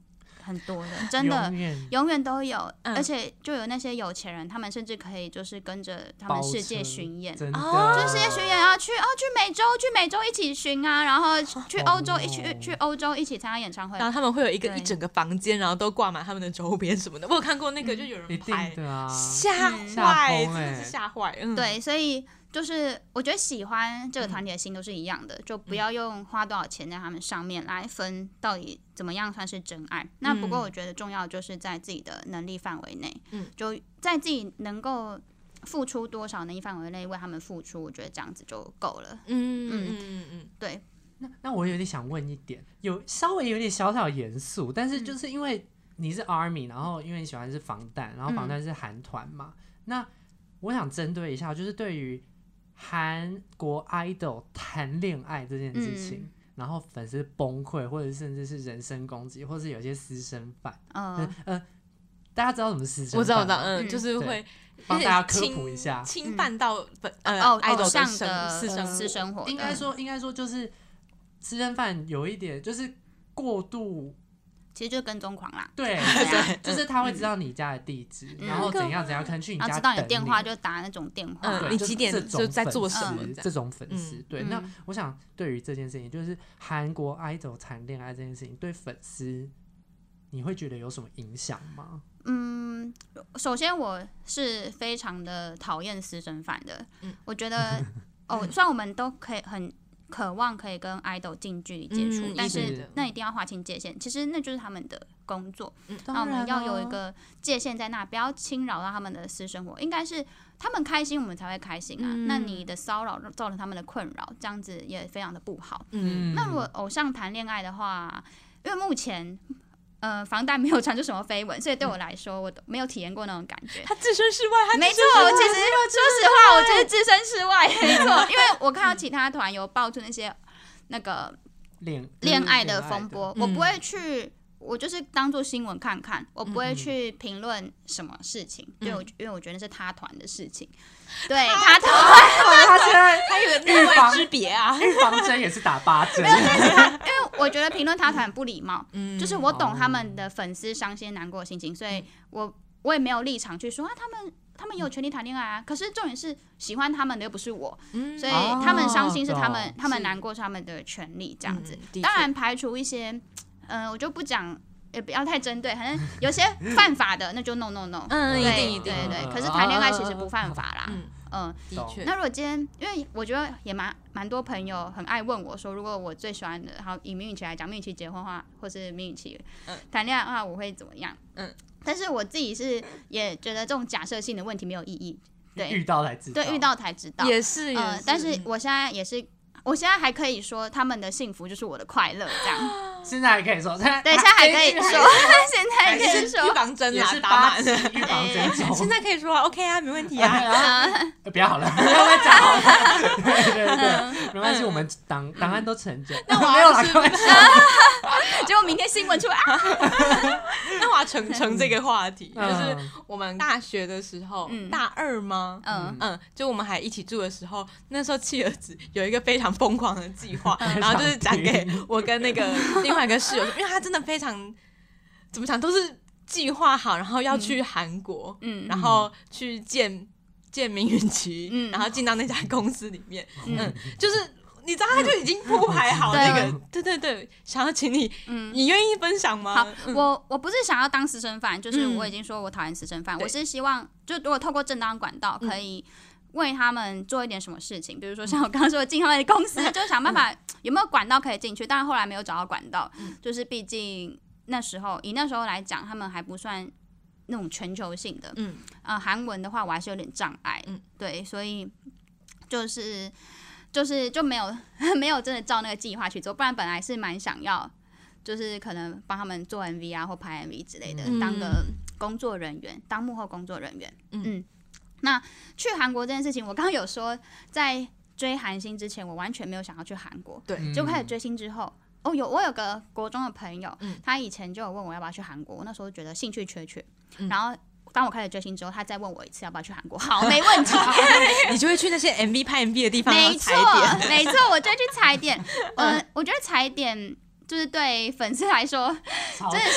很多的，真的永远永远都有、 嗯， 而且就有那些有钱人，他们甚至可以就是跟着他们世界巡演， 真的、 哦，就是世界巡演啊，去哦去美洲，去美洲一起巡啊，然后去欧洲、 哦、 一起去欧洲一起参加演唱会， 然后他们会有一个一整个房间，然后都挂满他们的周边什么的。我有看过那个，就有人拍，吓坏，真的是吓坏。嗯， 对，所以。就是我觉得喜欢这个团体的心都是一样的、嗯，就不要用花多少钱在他们上面来分到底怎么样算是真爱。嗯、那不过我觉得重要就是在自己的能力范围内，嗯，就在自己能够付出多少能力范围内为他们付出，我觉得这样子就够了。 嗯嗯嗯嗯， 对。 那那我有点想问一点，有稍微有点小小严肃，但是就是因为你是 ARMY， 然后因为你喜欢的是防弹，然后防弹是韩团嘛、嗯，那我想针对一下，就是对于韩国 idol 谈恋爱这件事情、嗯，然后粉丝崩溃，或者甚至是人身攻击，或是有些私生饭，嗯、呃呃，大家知道什么私生饭？ 我知道，我知道，嗯，就是会帮大家科普一下， 侵犯到粉、 嗯、呃、哦、 idol 的私生私生活， 应该说，应该说就是私生饭有一点就是过度。 其实就是跟踪狂啦， 对对，就是他会知道你家的地址，嗯、然后怎样怎样，可能去你家等你，然后知道你的电话就打那种电话， 嗯、你几点就在做什么？ 这种粉丝、嗯，对、嗯。那我想对于这件事情，就是韩国 idol 谈恋爱这件事情，对粉丝你会觉得有什么影响吗？ 嗯，首先我是非常的讨厌私生饭的，嗯、我觉得哦，虽然我们都可以很。渴望可以跟 idol 近距离接触、嗯，但是那一定要划清界限。其实那就是他们的工作，嗯、那我们要有一个界限在那，不要侵扰到他们的私生活。应该是他们开心，我们才会开心啊。嗯、那你的骚扰造成他们的困扰，这样子也非常的不好。嗯、那如果偶像谈恋爱的话，因为目前。呃，防弹没有传出什么绯闻，所以对我来说，我都没有体验过那种感觉。 他置身事外，他没错。其实说实话，我就是置身事外，没错。因为我看到其他团有爆出那些那个恋恋爱的风波，我不会去，我就是当做新闻看看，我不会去评论什么事情，嗯、因为我因为我觉得是他团的事情。对他团， 他现在他有内外之别啊， 预防针也是打八针。 因为我觉得评论他团不礼貌，嗯，就是我懂他们的粉丝伤心难过的心情，所以我我也没有立场去说啊，他们他们有权利谈恋爱啊。可是重点是喜欢他们的又不是我，嗯、所以他们伤心是他们，哦、他们难过是他们的权利，这样子。嗯、当然排除一些，嗯、呃，我就不讲。也不要太针对，反正有些犯法的那就 no no no， 嗯，一定一定， 对对对。可是谈恋爱其实不犯法啦，嗯嗯，的确。 那如果今天，因为我觉得也蛮蛮多朋友很爱问我说，如果我最喜欢的，好以明宇奇来讲，明宇奇结婚的话，或是明宇奇谈恋爱的话，我会怎么样？嗯，但是我自己是也觉得这种假设性的问题没有意义，对， 遇到才知道， 对，遇到才知道， 也是，嗯、呃， 但是我现在也是。我现在还可以说他们的幸福就是我的快乐，这样。 现在还可以说， 对，现在还可以说，现在可以说预防针啦，打满预防针。 现在可以说 OK 啊，没问题啊。 不要好了，不要再讲好了。对对对，没关系，我们档档案都成真。 那我没有啦，开玩笑。 结果明天新闻出来， 那我要澄清这个话题，就是我们大学的时候，大二吗？嗯嗯，就我们还一起住的时候，那时候契儿子有一个非常疯狂的计划，然后就是讲给我跟那个另外一个室友，因为他真的非常怎么讲，都是计划好，然后要去韩国，嗯，然后去见见明允琪，嗯，然后进到那家公司里面，嗯，嗯就是你知道他就已经铺排好那个，对对对，想要请你，嗯，你愿意分享吗？ 好，嗯、我我不是想要当私生饭，就是我已经说我讨厌私生饭，我是希望就如果透过正当管道可以。为他们做一点什么事情，比如说像我刚刚说的进他们的公司，就想办法有没有管道可以进去，但是后来没有找到管道，嗯、就是毕竟那时候以那时候来讲，他们还不算那种全球性的，嗯，呃，韩文的话我还是有点障碍，嗯，对，所以就是就是就没有没有真的照那个计划去做，不然本来是蛮想要，就是可能帮他们做 M V 啊或拍 M V 之类的，嗯、当个工作人员，当幕后工作人员，嗯。嗯那去韩国这件事情，我刚刚有说，在追韩星之前，我完全没有想要去韩国。对，就开始追星之后，哦，有我有个国中的朋友，嗯、他以前就有问我要不要去韩国，我那时候觉得兴趣缺缺，嗯、然后当我开始追星之后，他再问我一次要不要去韩国，好，没问题， 你就会去那些 M V 拍 M V 的地方， 没错，没错，我就会去踩点。嗯、呃，我觉得踩点就是对粉丝来说，真的是。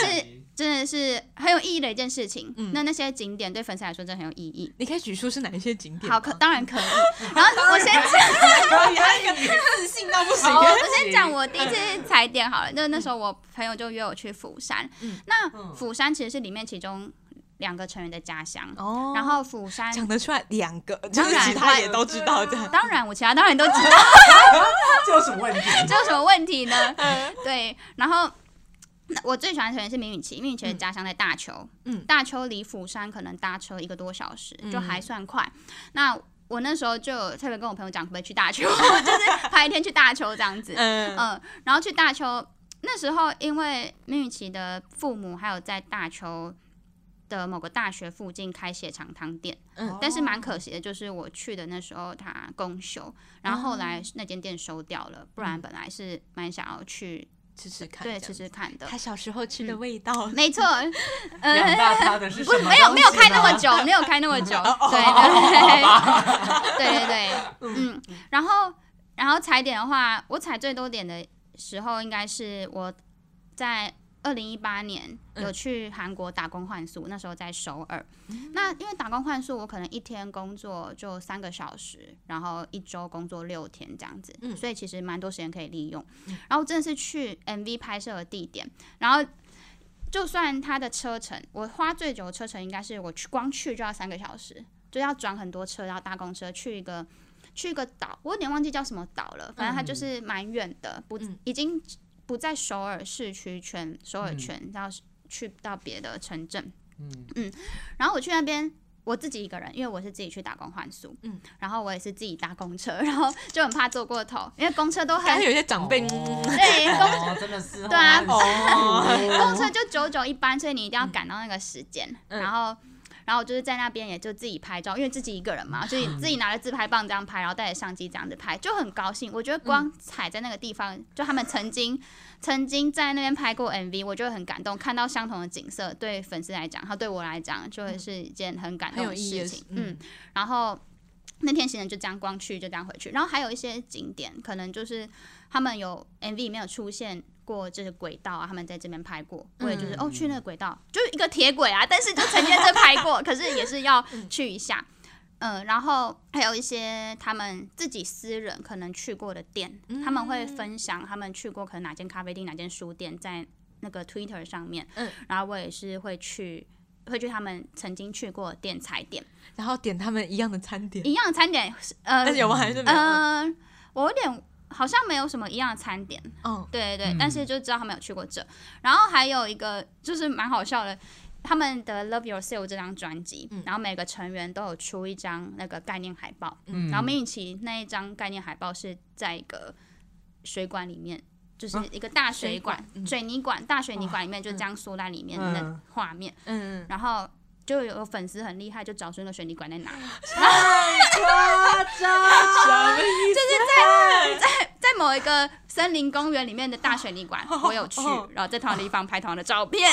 真的是很有意义的一件事情。嗯、那那些景点对粉丝来说真的很有意义。 你可以举出是哪一些景点？ 好，可当然可以。然后我先讲， 可以，那个自信到不行。 我先讲我第一次踩点好了。那那时候我朋友就约我去釜山。嗯、那釜山其实是里面其中两个成员的家乡。哦。然后釜山讲得出来两个，就是其他也都知道的。 当然，我其他当然都知道。 这有什么问题？ 这有什么问题呢？对，然后。我最喜欢的成员是明允琪，明允琪的家乡在大邱，嗯，大邱离釜山可能搭车一个多小时，就还算快。嗯、那我那时候就特别跟我朋友讲，可不可以去大邱，就是排一天去大邱这样子，嗯, 嗯，然后去大邱那时候，因为明允琪的父母还有在大邱的某个大学附近开血肠汤店，嗯，但是蛮可惜的，就是我去的那时候他公休，然后后来那间店收掉了，不然本来是蛮想要去。 吃吃看， 对，吃吃看的。 他小时候吃的味道，嗯、 没错。 呃，养大他的是什么？ 不，没有没有开那么久，没有开那么久。对对对对对，嗯。然后然后踩点的话，我踩最多点的时候，应该是我在二零一八年有去韩国打工换宿，那时候在首尔。嗯、那因为打工换宿，我可能一天工作就三个小时，然后一周工作六天这样子，嗯、所以其实蛮多时间可以利用。嗯、然后真的是去 M V 拍摄的地点，然后就算它的车程，我花最久的车程应该是我去光去就要三个小时，就要转很多车，要搭公车去一个去一个岛，我有点忘记叫什么岛了，反正它就是蛮远的，不、嗯、已经。不在首尔市区圈，首尔圈，要、嗯、去到别的城镇。嗯嗯，然后我去那边，我自己一个人，因为我是自己去打工换宿。嗯，然后我也是自己搭公车，然后就很怕坐过头，因为公车都很有些长辈。 哦、 对，公车、哦、真的是。 对啊， 哦、 公车就九九一班，所以你一定要赶到那个时间，嗯、然后。然后我就是在那边也就自己拍照，因为自己一个人嘛，所以自己拿着自拍棒这样拍，然后带着相机这样子拍，就很高兴。我觉得光踩在那个地方，嗯、就他们曾经曾经在那边拍过 M V， 我就会很感动。看到相同的景色，对粉丝来讲，和对我来讲，就会是一件很感动的事情。嗯，然后那天行程就这样光去就这样回去，然后还有一些景点，可能就是他们有 M V 里面有出现。过这个轨道啊，他们在这边拍过，我也就是、嗯、哦去那个轨道，就是一个铁轨啊，但是就曾经在这拍过，可是也是要去一下，嗯，然后还有一些他们自己私人可能去过的店，嗯、他们会分享他们去过可能哪间咖啡厅、哪间书店，在那个 Twitter 上面，嗯，然后我也是会去会去他们曾经去过的店踩点， 然后点他们一样的餐点， 一样的餐点，呃， 但是有吗？还是没有？ 嗯、呃，我有点。好像没有什么一样的餐点，嗯，对对对， 嗯、 但是就知道他们有去过这。然后还有一个就是蛮好笑的，他们的《Love Yourself》这张专辑，嗯、然后每个成员都有出一张那个概念海报，嗯、然后明允琪那一张概念海报是在一个水管里面，就是一个大水管、啊、水, 水泥管、大水泥管里面就这样缩在里面的画面，嗯，然后。就有粉丝很厉害，就找出那个水泥管在哪， 太夸张， 就是在在在某一个森林公园里面的大水泥管，我有去，然后在同样的地方拍同样的照片，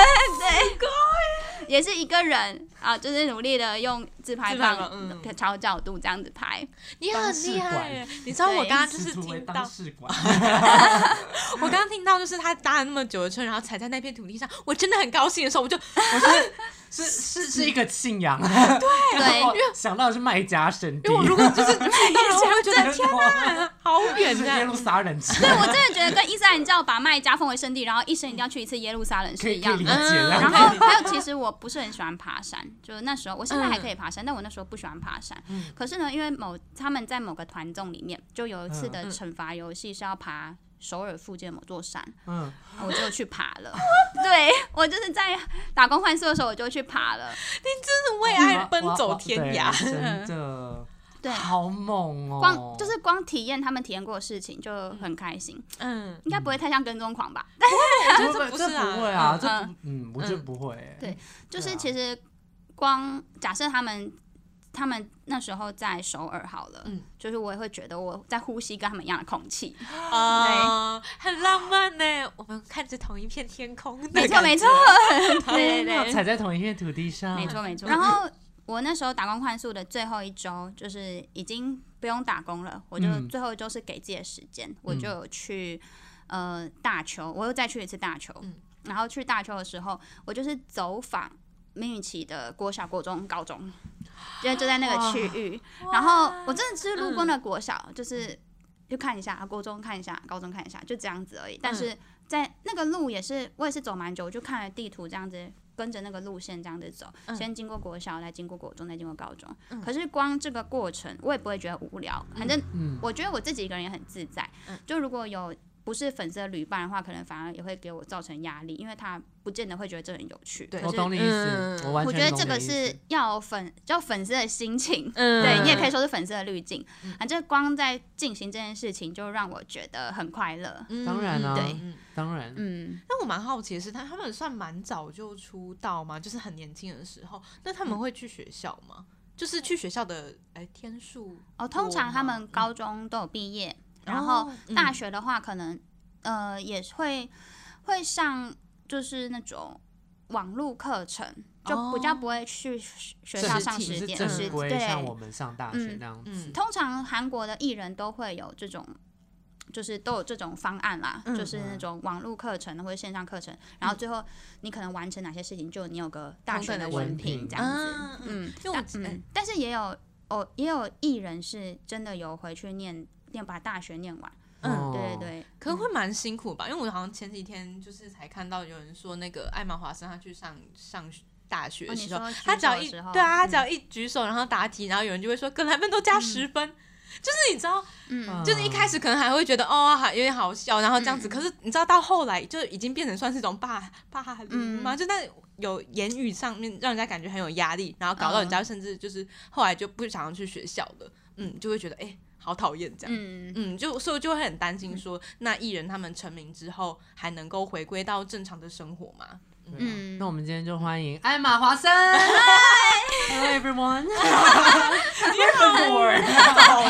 对，也是一个人啊，就是努力的用自拍棒调角度这样子拍， 你很厉害，你知道我刚刚就是听到，我刚刚听到就是他搭了那么久的车，然后踩在那片土地上，我真的很高兴的时候，我就我是。 是是是一个信仰， 对对， 因为想到的是麦加圣地。 因为我如果就是看到人，我会觉得天哪，好远啊！耶路撒冷之。 对，我真的觉得跟伊斯兰教把麦加奉为圣地，然后一生一定要去一次耶路撒冷是一样的。 嗯、 然后还有，其实我不是很喜欢爬山，就那时候，我现在还可以爬山，嗯、但我那时候不喜欢爬山。嗯、可是呢，因为某他们在某个团综里面，就有一次的惩罚游戏是要爬。首尔附近的某座山，嗯，我就去爬了。对，我就是在打工换宿的时候，我就去爬了。 你真是为爱奔走天涯， 真的， 对， 好猛哦！ 光就是光体验他们体验过的事情就很开心。嗯，应该不会太像跟踪狂吧？ 这不是啊，不会啊，这嗯，我觉得不会。 对，就是其实光假设他们。他们那时候在首尔好了，嗯，就是我也会觉得我在呼吸跟他们一样的空气， 啊、呃，很浪漫呢。我们看着同一片天空， 没错没错，对对对， 踩在同一片土地上， 没错没错。然后我那时候打工换宿的最后一周，就是已经不用打工了，我就最后一周是给自己的时间，嗯、我就有去呃大邱，我又再去一次大邱，嗯、 然后去大邱的时候，我就是走访明宇奇的国小、国中、高中，就就在那个区域。然后我真的是路过那国小，嗯、就是就看一下，国中看一下，高中看一下，就这样子而已。但是在那个路也是，我也是走蛮久，我就看了地图这样子。跟着那个路线这样子走，嗯、先经过国小，再经过国中，再经过高中。嗯、可是光这个过程，我也不会觉得无聊。反正我觉得我自己一个人也很自在。嗯、就如果有不是粉丝的旅伴的话，可能反而也会给我造成压力，因为他不见得会觉得这很有趣。 对，我懂你意思，嗯、我完全懂你意思。 我觉得这个是要粉，叫粉丝的心情，嗯、对你也可以说是粉丝的滤镜。嗯、反正光在进行这件事情，就让我觉得很快乐。 嗯、当然啊， 对， 当然。 嗯，但我蛮好奇的是，他他们算蛮早就出道吗？就是很年轻的时候，那他们会去学校吗？嗯、就是去学校的哎天数哦，通常他们高中都有毕业。嗯然后大学的话，可能、嗯、呃也会会上就是那种网络课程，就比较不会去学校上实践， 是不会像我们上大学那样子。 嗯、通常韩国的艺人都会有这种，就是都有这种方案啦，嗯、就是那种网络课程或者线上课程，然后最后你可能完成哪些事情，就你有个大学的文凭这样子。嗯，但嗯，但是也有哦，也有艺人是真的有回去念。念把大学念完，嗯，对对对， 可是会蛮辛苦吧？因为我好像前几天就是才看到有人说，那个艾玛华森他去上上大学的时候， 哦、 他只要一对啊，他只要一举手，然后答题，然后有人就会说格莱芬都加十分，嗯、就是你知道，嗯，就是一开始可能还会觉得哦，有点好笑，然后这样子，嗯、可是你知道到后来就已经变成算是一种霸霸凌嘛，嗯、就那有言语上面让人家感觉很有压力，然后搞到人家甚至就是后来就不想要去学校了，嗯，就会觉得哎。欸好讨厌这样，嗯嗯，就所以就会很担心说，嗯、那艺人他们成名之后还能够回归到正常的生活吗？ 嗯，那我们今天就欢迎艾玛华森 ，Hello everyone， 你好，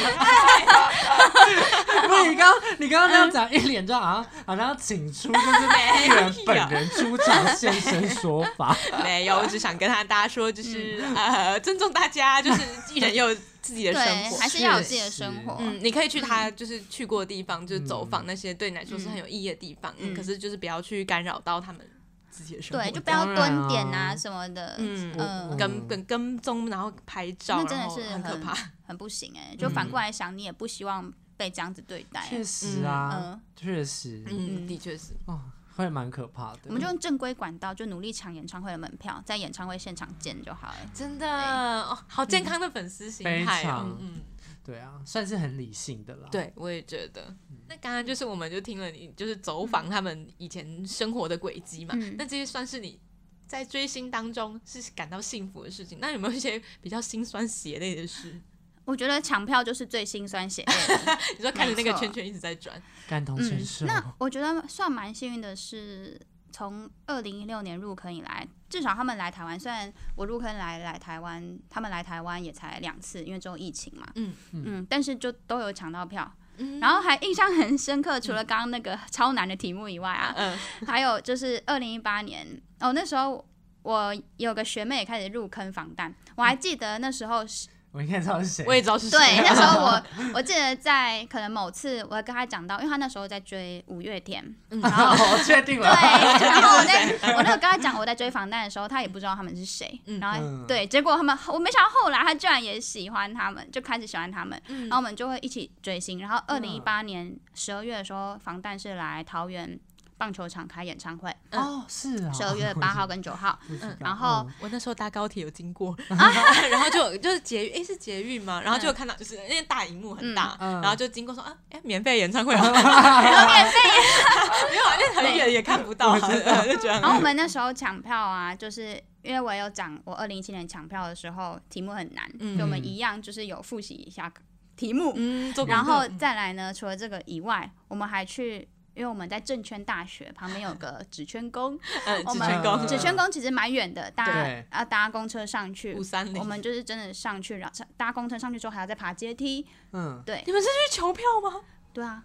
不是你刚你刚刚那样讲，一脸就好像好像要请出就是艺人本人出场现身说法， 没有，我只想跟他大家说，就是呃尊重大家，就是艺人有。自己的生活还是要有自己的生活。 嗯，你可以去他就是去过的地方，嗯、就是走访那些对你来说是很有意义的地方。嗯，嗯可是就是不要去干扰到他们自己的生活。 对，就不要蹲点啊什么的。嗯嗯，跟跟跟踪，然后拍照， 那真的是很可怕， 很不行哎、欸。就反过来想，你也不希望被这样子对待。 确实啊，确实， 嗯，的确是。 哦会蛮可怕的。 我们就用正规管道，就努力抢演唱会的门票，在演唱会现场见就好了。 真的哦，好健康的粉丝心态哦。 嗯，对啊，算是很理性的啦。 对，我也觉得。嗯、那刚刚就是我们就听了你就是走访他们以前生活的轨迹嘛，嗯、那这些算是你在追星当中是感到幸福的事情。那有没有一些比较心酸血泪的事？ 我觉得抢票就是最心酸血泪的。 你说看着那个圈圈一直在转， 感同身受。 嗯、那我觉得算蛮幸运的是，从二零一六年入坑以来，至少他们来台湾，虽然我入坑来来台湾，他们来台湾也才两次，因为只有疫情嘛。嗯嗯，但是就都有抢到票。嗯、然后还印象很深刻，除了刚刚那个超难的题目以外啊，嗯、还有就是二零一八年哦，那时候我有个学妹也开始入坑防弹，我还记得那时候是。 我应该知道是谁， 我也知道是谁。 对，那时候我我记得在可能某次，我跟他讲到，因为他那时候在追五月天，嗯、然后我确定了。 对，然后我在我那个跟他讲我在追防弹的时候，他也不知道他们是谁。嗯、然后、嗯、对，结果他们我没想到后来他居然也喜欢他们，就开始喜欢他们，嗯、然后我们就会一起追星。然后二零一八年十二月的时候，防弹是来桃园棒球场开演唱会。 哦，是啊， 十二月八号跟九号。嗯，然后我那时候搭高铁有经过，然后就就是捷运，哎，是捷运吗？然后就有看到，就是因为大荧幕很大，然后就经过说啊，哎，免费演唱会，免费，没有，因为很远也看不到，就觉得。 然后我们那时候抢票啊，就是因为我有讲，我二零一七年抢票的时候题目很难，所以我们一样就是有复习一下题目，然后再来呢，除了这个以外，我们还去。因为我们在正圈大学旁边有个纸圈宫， 嗯，纸圈宫， 纸圈宫其实蛮远的，大家要搭公车上去。 五三零， 我们就是真的上去，然后搭公车上去之后还要再爬阶梯。嗯，对。 你们是去求票吗？ 对啊，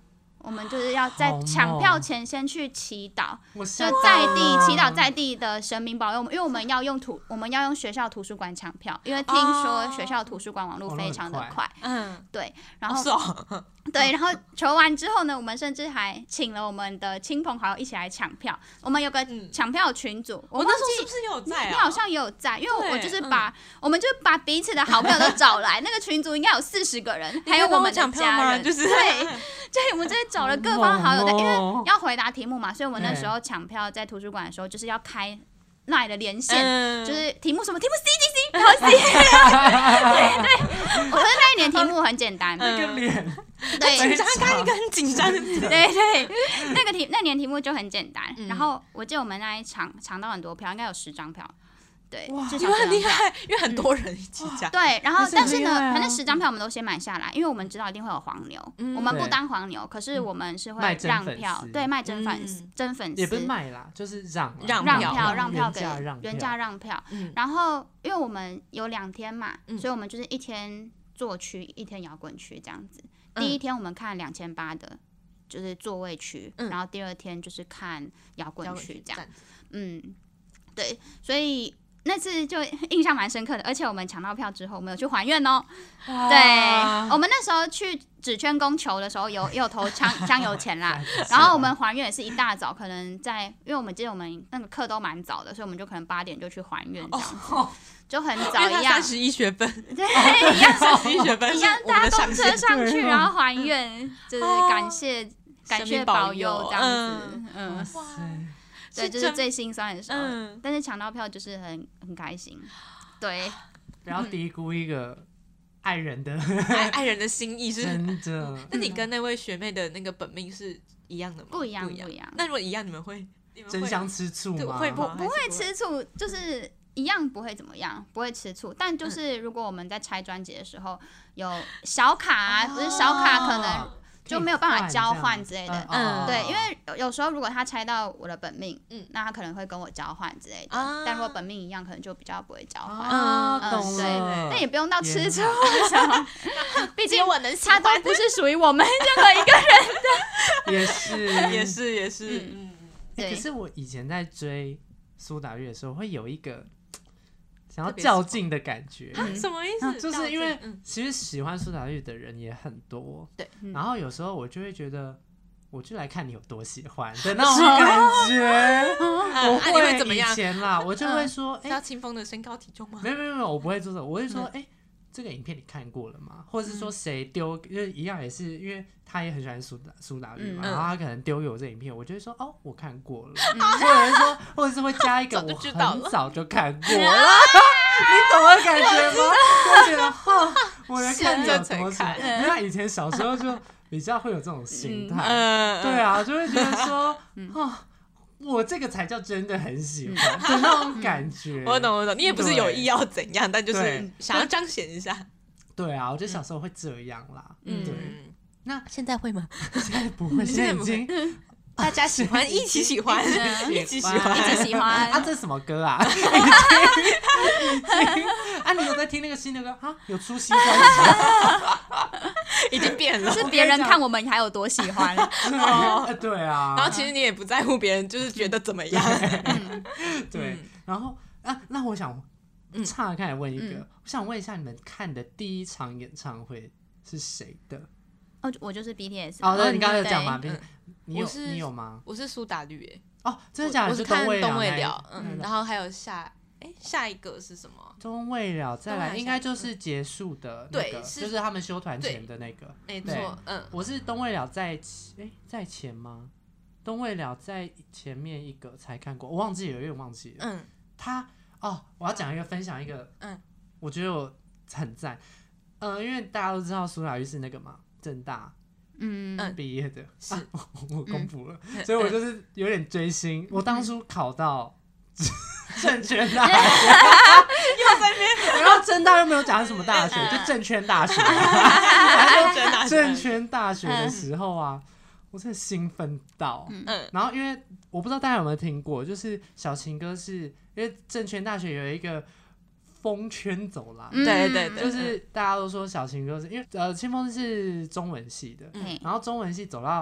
我们就是要在抢票前先去祈祷，就在地祈祷在地的神明保佑我们，因为我们要用图，我们要用学校图书馆抢票，因为听说学校图书馆网络非常的快，嗯，对，然后、 哦、 对，然后求完之后呢，我们甚至还请了我们的亲朋好友一起来抢票，我们有个抢票群组，嗯、 我那时候是不是有在、啊？ 你好像也有在，因为我就是把、嗯、我们就把彼此的好朋友都找来，那个群组应该有四十个人，还有我们的家人， 就是对，对，我们就是找了各方好友的，因为要回答题目嘛，所以我们那时候抢票在图书馆的时候，就是要开LINE的连线，嗯、就是题目什么题目 C D C， 然后 C， 对对，我觉得那一年题目很简单， 那个脸， 对， 紧张，看一个很紧张，对对，那个题那年题目就很简单，嗯、然后我记得我们那一场抢到很多票，应该有十张票。对， 你们很厉害，因为很多人一起抢。 对，然后但是呢，反正十张票我们都先买下来，因为我们知道一定会有黄牛，嗯、我们不当黄牛，可是我们是会让票，对，卖真粉丝，真粉丝也不是卖啦，就是让让票，让票给原价让票。 嗯、 然后因为我们有两天嘛，嗯、所以我们就是一天座区，一天摇滚区这样子。嗯、第一天我们看两千八的，就是座位区，嗯、然后第二天就是看摇滚区这样。嗯，对，所以。那次就印象蛮深刻的，而且我们抢到票之后，我们有去还愿哦。对，我们那时候去纸圈宫求的时候有，也有投香香油钱啦。然后我们还愿也是一大早，可能在，因为我们记得我们那个课都蛮早的，所以我们就可能八点就去还愿这样子，哦、就很早一样。 三十一学分， 对，一样三十一学分， 一样搭公车上去，然后还愿，就是感谢、哦、感谢保佑这样子，嗯。嗯对，就是最心酸的时候，嗯、但是抢到票就是很很开心。对， 不要低估一个爱人的爱, 爱人的心意是真的。 那你跟那位学妹的那个本命是一样的吗？ 不一样，不一样。 那如果一样，你们会争相吃醋吗？ 会不不会吃醋，就是一样不会怎么样，不会吃醋。但就是如果我们在拆专辑的时候有小卡啊，不是小卡可能。就没有办法交换之类的，嗯，对，因为有有时候如果他猜到我的本命，嗯，那他可能会跟我交换之类的，啊、但如果本命一样，可能就比较不会交换， 啊， 嗯， 懂了，但也不用到吃醋，毕竟我能他都不是属于我们任何一个人的，也是， 也是，也是，嗯， 欸、可是我以前在追苏打绿的时候，会有一个。想要较劲的感觉， 嗯、什么意思？ 就是因为其实喜欢苏打绿的人也很多， 对、嗯。 然后有时候我就会觉得，我就来看你有多喜欢的那种感觉。我会怎么样？以前啦，我就会说， 哎、嗯，要清风的身高体重吗？ 没有没有没有，我不会做这种，我会说，哎、嗯。这个影片你看过了吗？或者是说谁丢，因为一样也是，因为他也很喜欢苏打苏打绿嘛，嗯、然后他可能丢给我这影片，我就会说哦，我看过了，嗯、或者是说，或者是会加一个我很早就看过了，你懂我的感觉吗？就觉得哈，我来看你有多喜欢，因为以前小时候就比较会有这种心态，嗯、对啊，就会觉得说，嗯、哦。我这个才叫真的很喜欢的那种感觉。 我懂我懂，你也不是有意要怎样，但就是想要彰显一下。 对啊，我觉得小时候会这样啦。嗯，对。那现在会吗？ 现在不会，现在已经大家喜欢，一起喜欢，一起喜欢， 一起喜欢。 啊，这是什么歌啊？已经，已经。啊，你有在听那个新的歌啊？有出新专辑？ 已经变了， 是别人看我们还有多喜欢哦，对啊。 然后其实你也不在乎别人，就是觉得怎么样。 对，然后啊，那我想岔开来问一个，嗯、我想问一下，你们看的第一场演唱会是谁的？ 哦，我就是 B T S。 哦，对，你刚才有讲嘛，你有你有吗？ 我是苏打绿诶。 哦，真的假的？ 我是看东未了， 嗯，然后还有下。哎，下一个是什么？ 东未了，再来应该就是结束的那个，就是他们休团前的那个。 没错，嗯， 我是东未了在哎在前吗？东未了在前面一个才看过，我忘记了，有点忘记了。嗯，他哦，我要讲一个，分享一个，嗯，我觉得我很赞，呃，因为大家都知道苏打绿是那个嘛，政大嗯毕业的，是、啊、我公布了，嗯、所以我就是有点追星。嗯、我当初考到。证券大学又在那边， 然后政大又没有讲什么大学，就证券大学。证券大学的时候啊，我真的兴奋到。嗯，然后因为我不知道大家有没有听过，就是小情歌是因为证券大学有一个风圈走廊， 嗯、对对对， 就是大家都说小情歌是因为呃清风是中文系的，嗯、然后中文系走到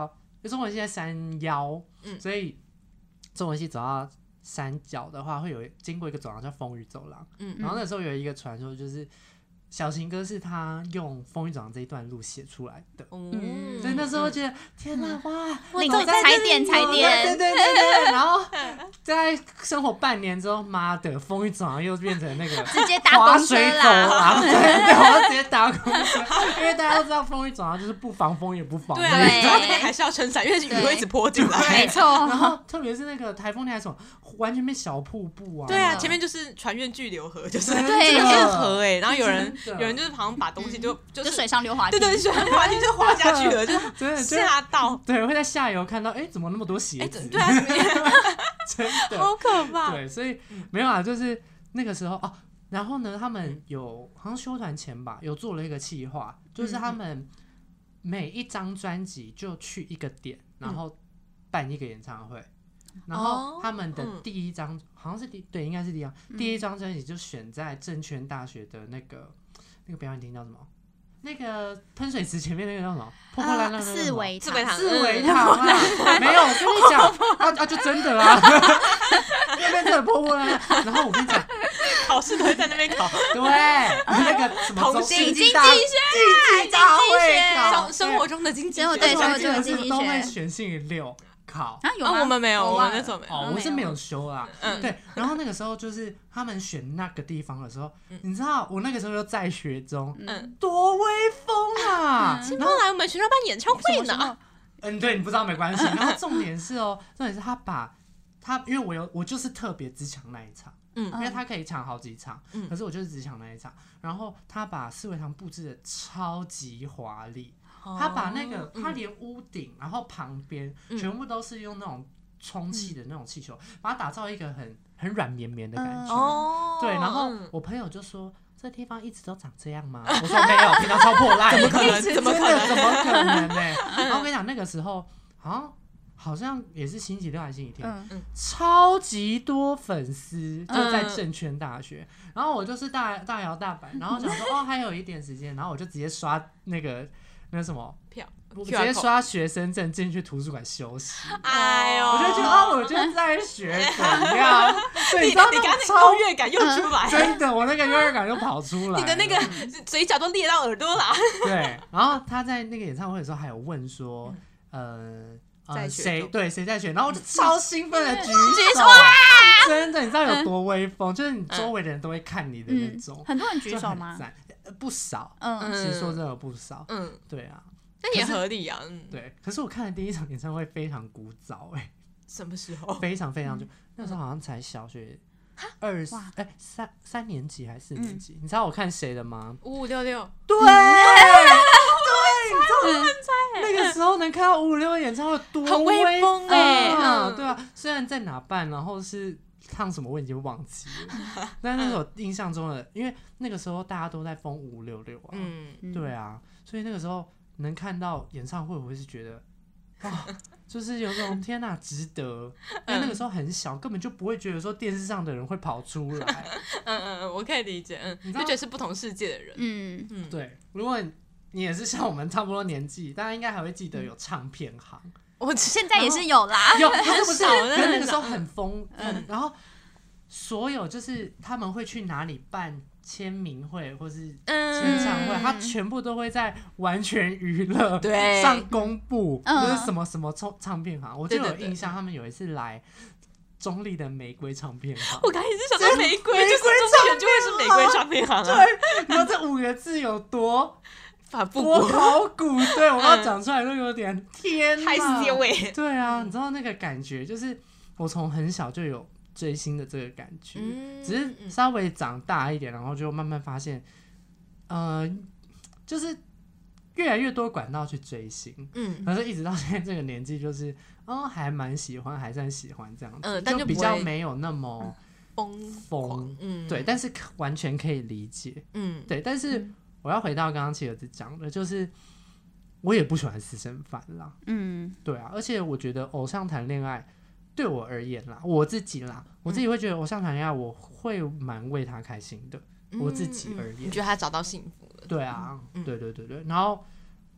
中文系在山腰，嗯、所以中文系走到山脚的话，会有经过一个走廊叫风雨走廊。嗯，然后那时候有一个传说，就是小情歌是他用风雨走廊这一段路写出来的。嗯，所以那时候觉得、嗯、天哪，哇， 你踩点踩点， 对对对对对。然后在生活半年之后，妈的，风雨走廊又变成那个直接搭公车啦，对对，我直接搭公车，因为大家都知道风雨走廊就是不防风也不防雨， 对啊，然后那边还是要撑伞，因为雨会一直泼进来， 没错。 然后特别是那个台风天还是什么，完全变小瀑布啊。 对啊，前面就是船院巨流河，就是对，就是河哎，然后有人有人就是好像把东西就就是水上溜滑梯， 对对，水上溜滑梯就滑下去了，就吓到。 对，会在下游看到，哎，怎么那么多鞋子？ 对啊， 真的好可怕。 对，所以没有啊，就是那个时候哦。然后呢，他们有好像休团前吧，有做了一个企划，就是他们每一张专辑就去一个点，然后办一个演唱会。然后他们的第一张、嗯、好像是第对，应该是第一张、嗯、第一张专辑就选在证券大学的那个那个表演厅叫什么？那个喷水池前面那个叫什么？破破烂烂的四维四维堂， 四维堂啊！没有，我跟你讲啊啊，就真的啊，那边真的破破烂烂。然后我跟你讲， 考试都会在那边考， 对，那个什么经济学、 经济大会考， 生活中的经济学， 对，生活中的经济学都会选星期六。考啊有吗、 哦？我们没有，我们那时候没有。 哦，我是没有修啦。嗯，对。然后那个时候就是他们选那个地方的时候，嗯、你知道我那个时候又在学中，嗯，多威风啊！ 清风来我们学校办演唱会呢。 嗯，对，你不知道没关系。然后重点是哦，重点是他把他，因为我有我就是特别只抢那一场，嗯，因为他可以抢好几场，嗯，可是我就是只抢那一场。然后他把四维堂布置的超级华丽。他把那个，他连屋顶，然后旁边全部都是用那种充气的那种气球，把它打造一个很很软绵绵的感觉。对，然后我朋友就说：“这地方一直都长这样吗？”我说：“没有，平常超破烂， 怎么可能？怎么可能？ 怎么可能呢？”然后我跟你讲，那个时候好像好像也是星期六还是星期天，超级多粉丝就在证券大学。然后我就是大大摇大摆，然后想说：“哦，还有一点时间。”然后我就直接刷那个。那什么票， 我直接刷学生证进去图书馆休息。 哎呦， 我就觉得哦，我就在学怎样？对，你知道你刚才优越感又出来， 真的，我那个优越感又跑出来， 你的那个嘴角都裂到耳朵了。 对，然后他在那个演唱会的时候还有问说，呃。呃，谁对谁在选，然后我就超兴奋的举手，真的，你知道有多威风？就是你周围的人都会看你的那种。 很多人举手吗？ 不少，嗯，其实说真的不少，嗯，对啊， 那也合理啊， 对。可是我看的第一场演唱会非常古早，哎， 什么时候？ 非常非常久，那时候好像才小学二哎三三年级还是四年级？你知道我看谁的吗？ 五五六六， 对。那个时候能看到五五六的演唱会多很威风哎、欸嗯，对啊，虽然在哪办，然后是唱什么我已经忘记了，但那时候印象中的，因为那个时候大家都在疯五五六六啊，嗯，对啊，所以那个时候能看到演唱会，我会是觉得哇，就是有种天哪，值得，因为那个时候很小，根本就不会觉得说电视上的人会跑出来， 嗯嗯嗯，我可以理解，嗯，就觉得是不同世界的人，嗯嗯，对，如果你也是像我们差不多年纪，大家应该还会记得有唱片行。 我现在也是有啦， 有，不是不是，那个时候很疯，嗯，然后所有就是他们会去哪里办签名会或是签唱会，他全部都会在完全娱乐上公布，就是什么什么唱唱片行。我就有印象，他们有一次来中立的玫瑰唱片行， 我刚才也是想说玫瑰，就是中间就会是玫瑰唱片行啊。 对，你知道这五个字有多？多考古，对我要讲出来都有点天哪， 害死我！ 对啊，你知道那个感觉，就是我从很小就有追星的这个感觉，嗯、只是稍微长大一点，然后就慢慢发现，呃，就是越来越多管道去追星，嗯，可是一直到现在这个年纪，就是哦，还蛮喜欢，还算喜欢这样子，嗯，但就比较没有那么疯疯，嗯，对，但是完全可以理解，嗯，对，但是。嗯我要回到刚刚企鹅子讲的，就是我也不喜欢私生饭啦，嗯，对啊，而且我觉得偶像谈恋爱对我而言啦，我自己啦，我自己会觉得偶像谈恋爱，我会蛮为他开心的，嗯、我自己而言， 你觉得他找到幸福了？ 对啊，嗯、对对对对，然后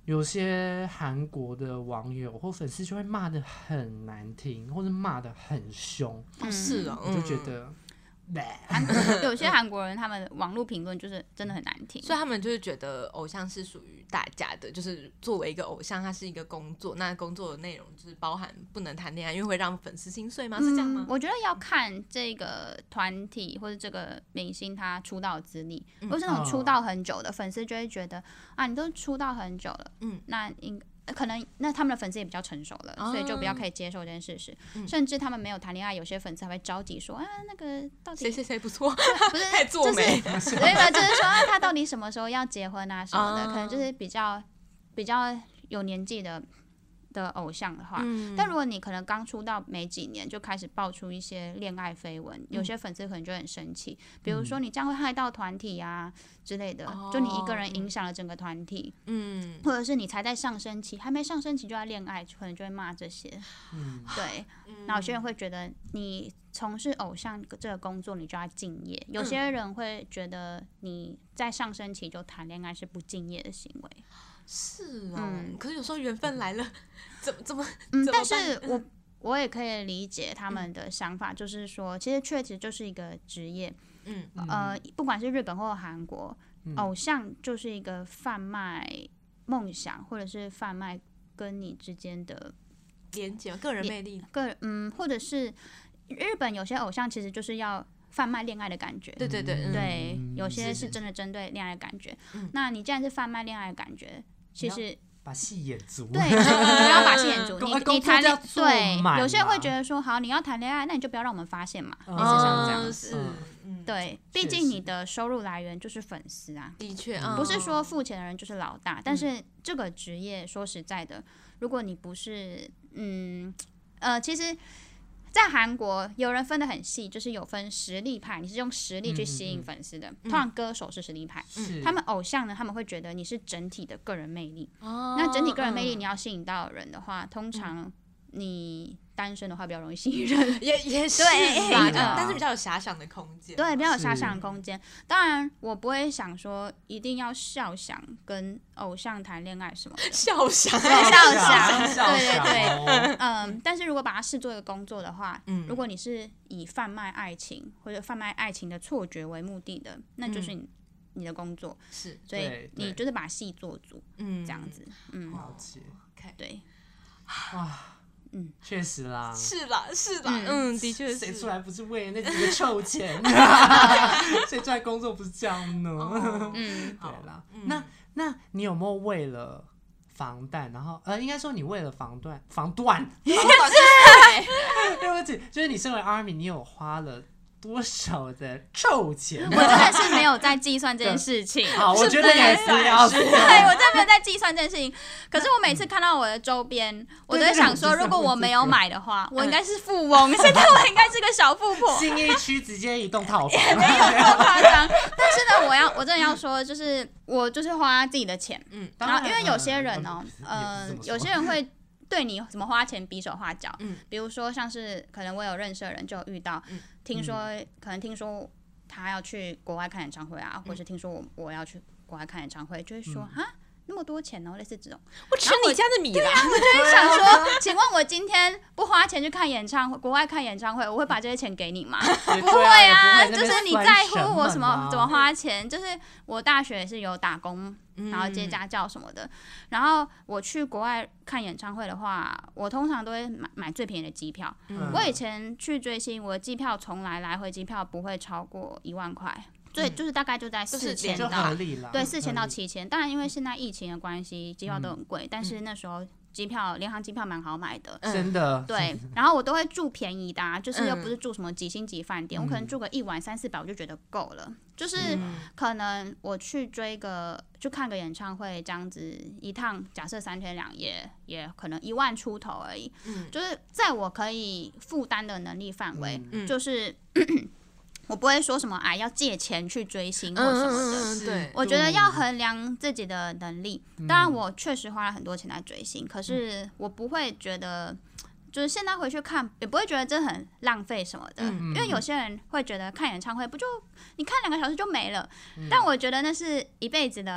有些韩国的网友或粉丝就会骂得很难听，或者骂得很凶。 哦是啊， 我就觉得。 韩有些韩国人他们网络评论就是真的很难听， 所以他们就是觉得偶像是属于大家的，就是作为一个偶像，它是一个工作，那工作的内容就是包含不能谈恋爱，因为会让粉丝心碎吗？是这样吗？ 嗯、我觉得要看这个团体或者这个明星他出道资历，如果是那种出道很久的、嗯、粉丝就会觉得啊，你都出道很久了，嗯，那应可能那他们的粉丝也比较成熟了，哦、所以就比较可以接受这件事实。嗯、甚至他们没有谈恋爱，有些粉丝还会着急说啊，那个到底谁谁谁不错， 不是太做美， 就是对吧？就是说啊，他到底什么时候要结婚啊什么的，哦、可能就是比较比较有年纪的。的偶像的话，嗯、但如果你可能刚出道没几年就开始爆出一些恋爱绯闻，嗯、有些粉丝可能就很生气，比如说你这样会害到团体啊之类的，嗯、就你一个人影响了整个团体，嗯，或者是你才在上升期，还没上升期就要恋爱，可能就会骂这些，嗯，对，那有些人会觉得你从事偶像这个工作你就要敬业，有些人会觉得你在上升期就谈恋爱是不敬业的行为。 是哦，嗯、可是有时候缘分来了，怎么怎么？ 嗯， 怎么但是我我也可以理解他们的想法，就是说，其实确实就是一个职业，嗯呃，不管是日本或韩国，嗯、偶像就是一个贩卖梦想，或者是贩卖跟你之间的连接、个人魅力， 个嗯，或者是日本有些偶像其实就是要。贩卖恋爱的感觉， 对对对，嗯、 对，有些是真的针对恋爱的感觉。嗯、那你既然是贩卖恋爱的感觉，其实把戏演足， 对，你要把戏演足。你你谈恋对，有些人会觉得说，好，你要谈恋爱，那你就不要让我们发现嘛，类似像这样子。嗯、对，毕竟你的收入来源就是粉丝啊， 的确， 不是说付钱的人就是老大。但是这个职业，说实在的，如果你不是，嗯呃，其实。在韩国有人分得很细，就是有分实力派，你是用实力去吸引粉丝的，嗯嗯嗯通常歌手是实力派，嗯、他们偶像呢，他们会觉得你是整体的个人魅力。哦、那整体个人魅力你要吸引到人的话，嗯、通常你单身的话比较容易吸引人， 也也是对、 嗯，但是比较有遐想的空间， 对，比较有遐想的空间。当然，我不会想说一定要肖想跟偶像谈恋爱什么的， 肖想， 对，肖想，对对对，嗯。但是如果把它视作一个工作的话，嗯，如果你是以贩卖爱情或者贩卖爱情的错觉为目的的，那就是你。嗯你的工作是， 所以你就是把戏做足，嗯，这样子，嗯， 了解， 对， 哇。嗯，确实啦， 是啦，是啦，嗯，的确是。 谁出来不是为了那几个臭钱？谁出来工作不是这样呢？哦、嗯，对啦。嗯、那那你有没有为了防弹，然后呃，应该说你为了防弹，防断，防断是对不起，就是你身为 ARMY， 你有花了。多少的臭钱？ 我真的是没有在计算这件事情。 好，我觉得也是要对，我真的没有在计算这件事情。可是我每次看到我的周边，嗯、我都在想说，如果我没有买的话，我应该是富翁。现在我应该是个小富婆。 信义区直接一栋套房， 也没有这么夸张。但是呢，我要我真的要说，就是我就是花自己的钱。嗯，然后因为有些人哦，呃，有些人会。对你怎么花钱比手画脚，嗯，比如说像是可能我有认识的人就有遇到，嗯、听说、嗯、可能听说他要去国外看演唱会啊，嗯、或者是听说我我要去国外看演唱会，就会说啊、嗯、那么多钱哦，类似这种， 我吃你家的米啦， 啊、我就会想说，请问我今天不花钱去看演唱会，国外看演唱会，我会把这些钱给你吗？不会啊，就是你在乎我什么怎么花钱，就是我大学也是有打工。然后接家教什么的，嗯、然后我去国外看演唱会的话，我通常都会买买最便宜的机票。嗯、我以前去追星，我的机票从来来回机票不会超过一万块，所以就是大概就在四千到对四千到七千。当然，因为现在疫情的关系，机票都很贵，嗯、但是那时候。机票联航机票蛮好买的， 真的。 对，然后我都会住便宜的、啊，就是又不是住什么几星级饭店，嗯、我可能住个一晚三四百我就觉得够了。就是可能我去追个就看个演唱会这样子一趟，假设三天两夜，也可能一万出头而已。嗯，就是在我可以负担的能力范围，嗯、就是。我不会说什么哎要借钱去追星或什么的， 嗯、对， 我觉得要衡量自己的能力。嗯、当然，我确实花了很多钱来追星，可是我不会觉得，就是现在回去看也不会觉得这很浪费什么的。嗯、因为有些人会觉得看演唱会不就你看两个小时就没了，嗯、但我觉得那是一辈子的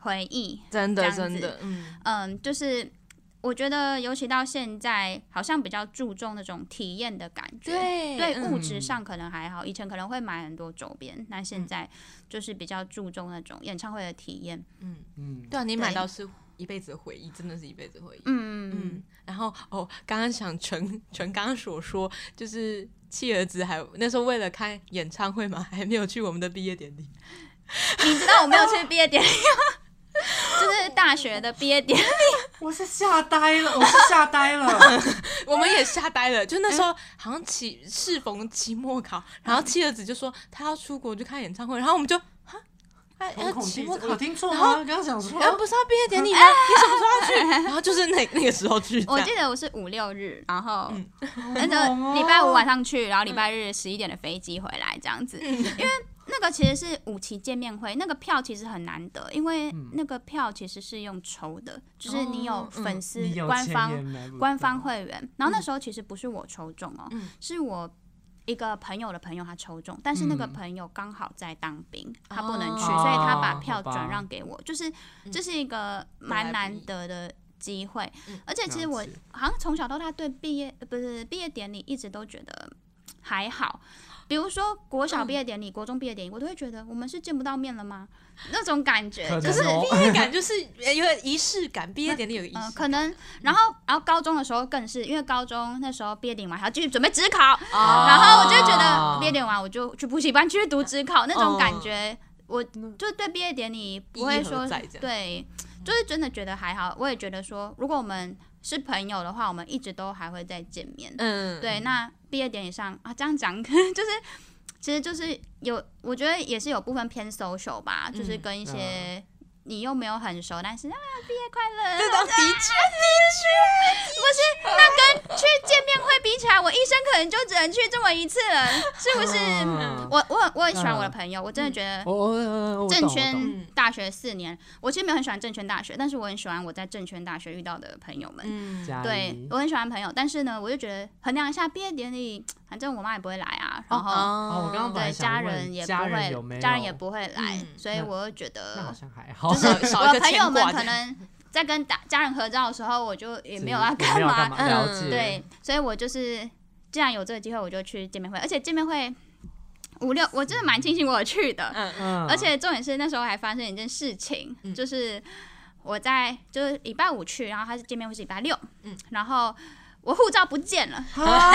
回忆， 真的真的， 嗯嗯，就是我觉得尤其到现在，好像比较注重那种体验的感觉。 对， 对，嗯、物质上可能还好，以前可能会买很多周边，那现在就是比较注重那种演唱会的体验。 嗯嗯，对啊，你买到是一辈子的回忆，真的是一辈子的回忆。 嗯嗯，然后哦，刚刚想纯纯刚刚所说，就是契儿子还那时候为了看演唱会嘛，还没有去我们的毕业典礼。 你知道我没有去毕业典礼吗？就是大学的毕业典礼， 我是吓呆了，我是吓呆了， 我们也吓呆了。就那时候好像期适逢期末考，然后契儿子就说他要出国去看演唱会，然后我们就哈。 要期末考，我听错吗？刚刚想说， 哎，不是要毕业典礼吗？你什么时候要去？然后就是那那个时候去。 我记得我是五六日，然后那个礼拜五晚上去，然后礼拜日十一点的飞机回来这样子。因为那个其实是五期见面会，那个票其实很难得，因为那个票其实是用抽的，就是你有粉丝官方官方会员，然后那时候其实不是我抽中哦，是我一个朋友的朋友他抽中，但是那个朋友刚好在当兵，嗯、他不能去，哦、所以他把票转让给我，就是这是一个蛮难得的机会。嗯、而且其实我好像从小到大对毕业不是毕业典礼一直都觉得还好。比如说国小毕业典礼、嗯、国中毕业典礼，我都会觉得我们是见不到面了吗？那种感觉就是毕业感，就是有个仪式感。毕业典礼有个仪式感、呃， 可能。然后，然后高中的时候更是，因为高中那时候毕业典礼完还要继续准备指考，哦、然后我就觉得毕业典礼完我就去补习班继续读指考，那种感觉，哦、我就对毕业典礼不会说对，就是真的觉得还好。我也觉得说，如果我们是朋友的话，我们一直都还会再见面。嗯，对。那毕业典礼上啊，这样讲就是其实就是有，我觉得也是有部分偏 social 吧，嗯、就是跟一些你又没有很熟，但是啊毕业快乐， 这种的确的确不是，那跟去见面会比起来，我一生可能就只能去这么一次了，是不是？嗯、我我我很喜欢我的朋友，我真的觉得证券大学四年，我其实没有很喜欢证券大学，但是我很喜欢我在证券大学遇到的朋友们。嗯，对我很喜欢朋友，但是呢，我就觉得衡量一下毕业典礼，反正我妈也不会来啊，然后、 哦、我刚刚对家人也不会， 有有家人也不会来，嗯、所以我就觉得那好像还好。 就是我的朋友们可能在跟家人合照的时候，我就也没有要干嘛， 嗯， 对，所以我就是既然有这个机会，我就去见面会，而且见面会五六，我真的蛮庆幸我有去的，嗯嗯，而且重点是那时候还发生一件事情，嗯、就是我在就是礼拜五去，然后他是见面会是礼拜六，嗯，然后我护照不见了。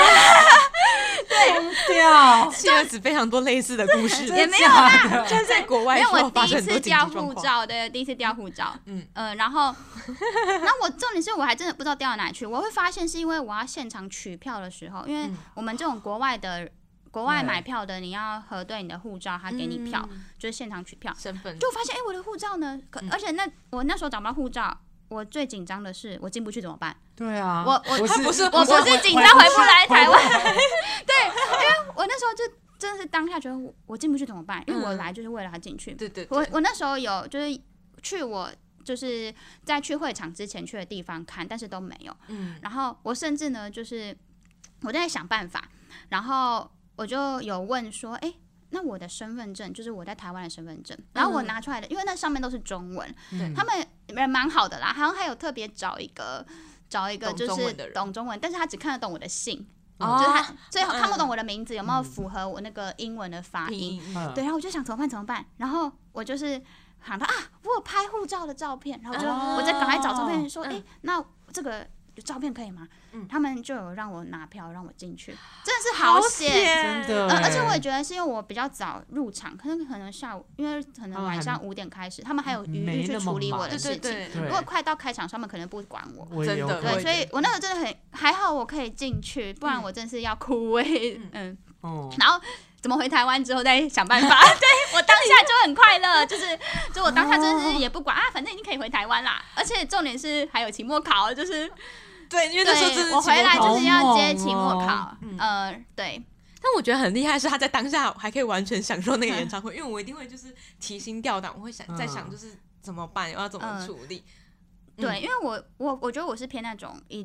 对，掉， 契儿子非常多类似的故事， 也没有啦， 就是在国外， 因为我第一次掉护照，对，第一次掉护照，嗯呃，然后，那我重点是我还真的不知道掉到哪里去，我会发现是因为我要现场取票的时候，因为我们这种国外的国外买票的，你要核对你的护照，他给你票，就是现场取票， 身份， 就发现哎，我的护照呢？可而且那我那时候找不到护照。我最紧张的是，我进不去怎么办？ 对啊， 我我他不是， 我不是紧张回不来台湾，对，因为我那时候就真的是当下觉得我我进不去怎么办？因为我来就是为了要进去。 对对， 我我那时候有就是去我就是在去会场之前去的地方看，但是都没有。嗯，然后我甚至呢，就是我在想办法，然后我就有问说，哎。那我的身份证就是我在台湾的身份证，然后我拿出来的，嗯、因为那上面都是中文，嗯、他们人蛮好的啦，好像还有特别找一个找一个就是懂中文，但是他只看得懂我的姓，哦、就是他所以看不懂我的名字有没有符合我那个英文的发音，嗯、对，然后我就想怎么办怎么办，然后我就是想到啊，我有拍护照的照片，然后我就、哦、我再赶快找照片说，哎、嗯欸，那这个。有照片可以吗？嗯，他们就有让我拿票让我进去，真的是好险， 真的、 呃。而且我也觉得是因为我比较早入场，可能可能下午，因为可能晚上五点开始，他们还有余裕去处理我的事情。如果快到开场，他们可能不管我， 真的。 对，所以我那个真的很还好，我可以进去，不然我真是要哭哎，嗯。嗯然后怎么回台湾之后再想办法？对我当下就很快乐，就是就我当下真是也不管、哦、啊，反正已经可以回台湾啦。而且重点是还有期末考，就是。 对，因为那时候真是我回来就是要接期末考，嗯、呃，对。 但我觉得很厉害是他在当下还可以完全享受那个演唱会，因为我一定会就是提心吊胆，我会想在想就是怎么办，我要怎么处理。 嗯、对，因为我我我觉得我是偏那种一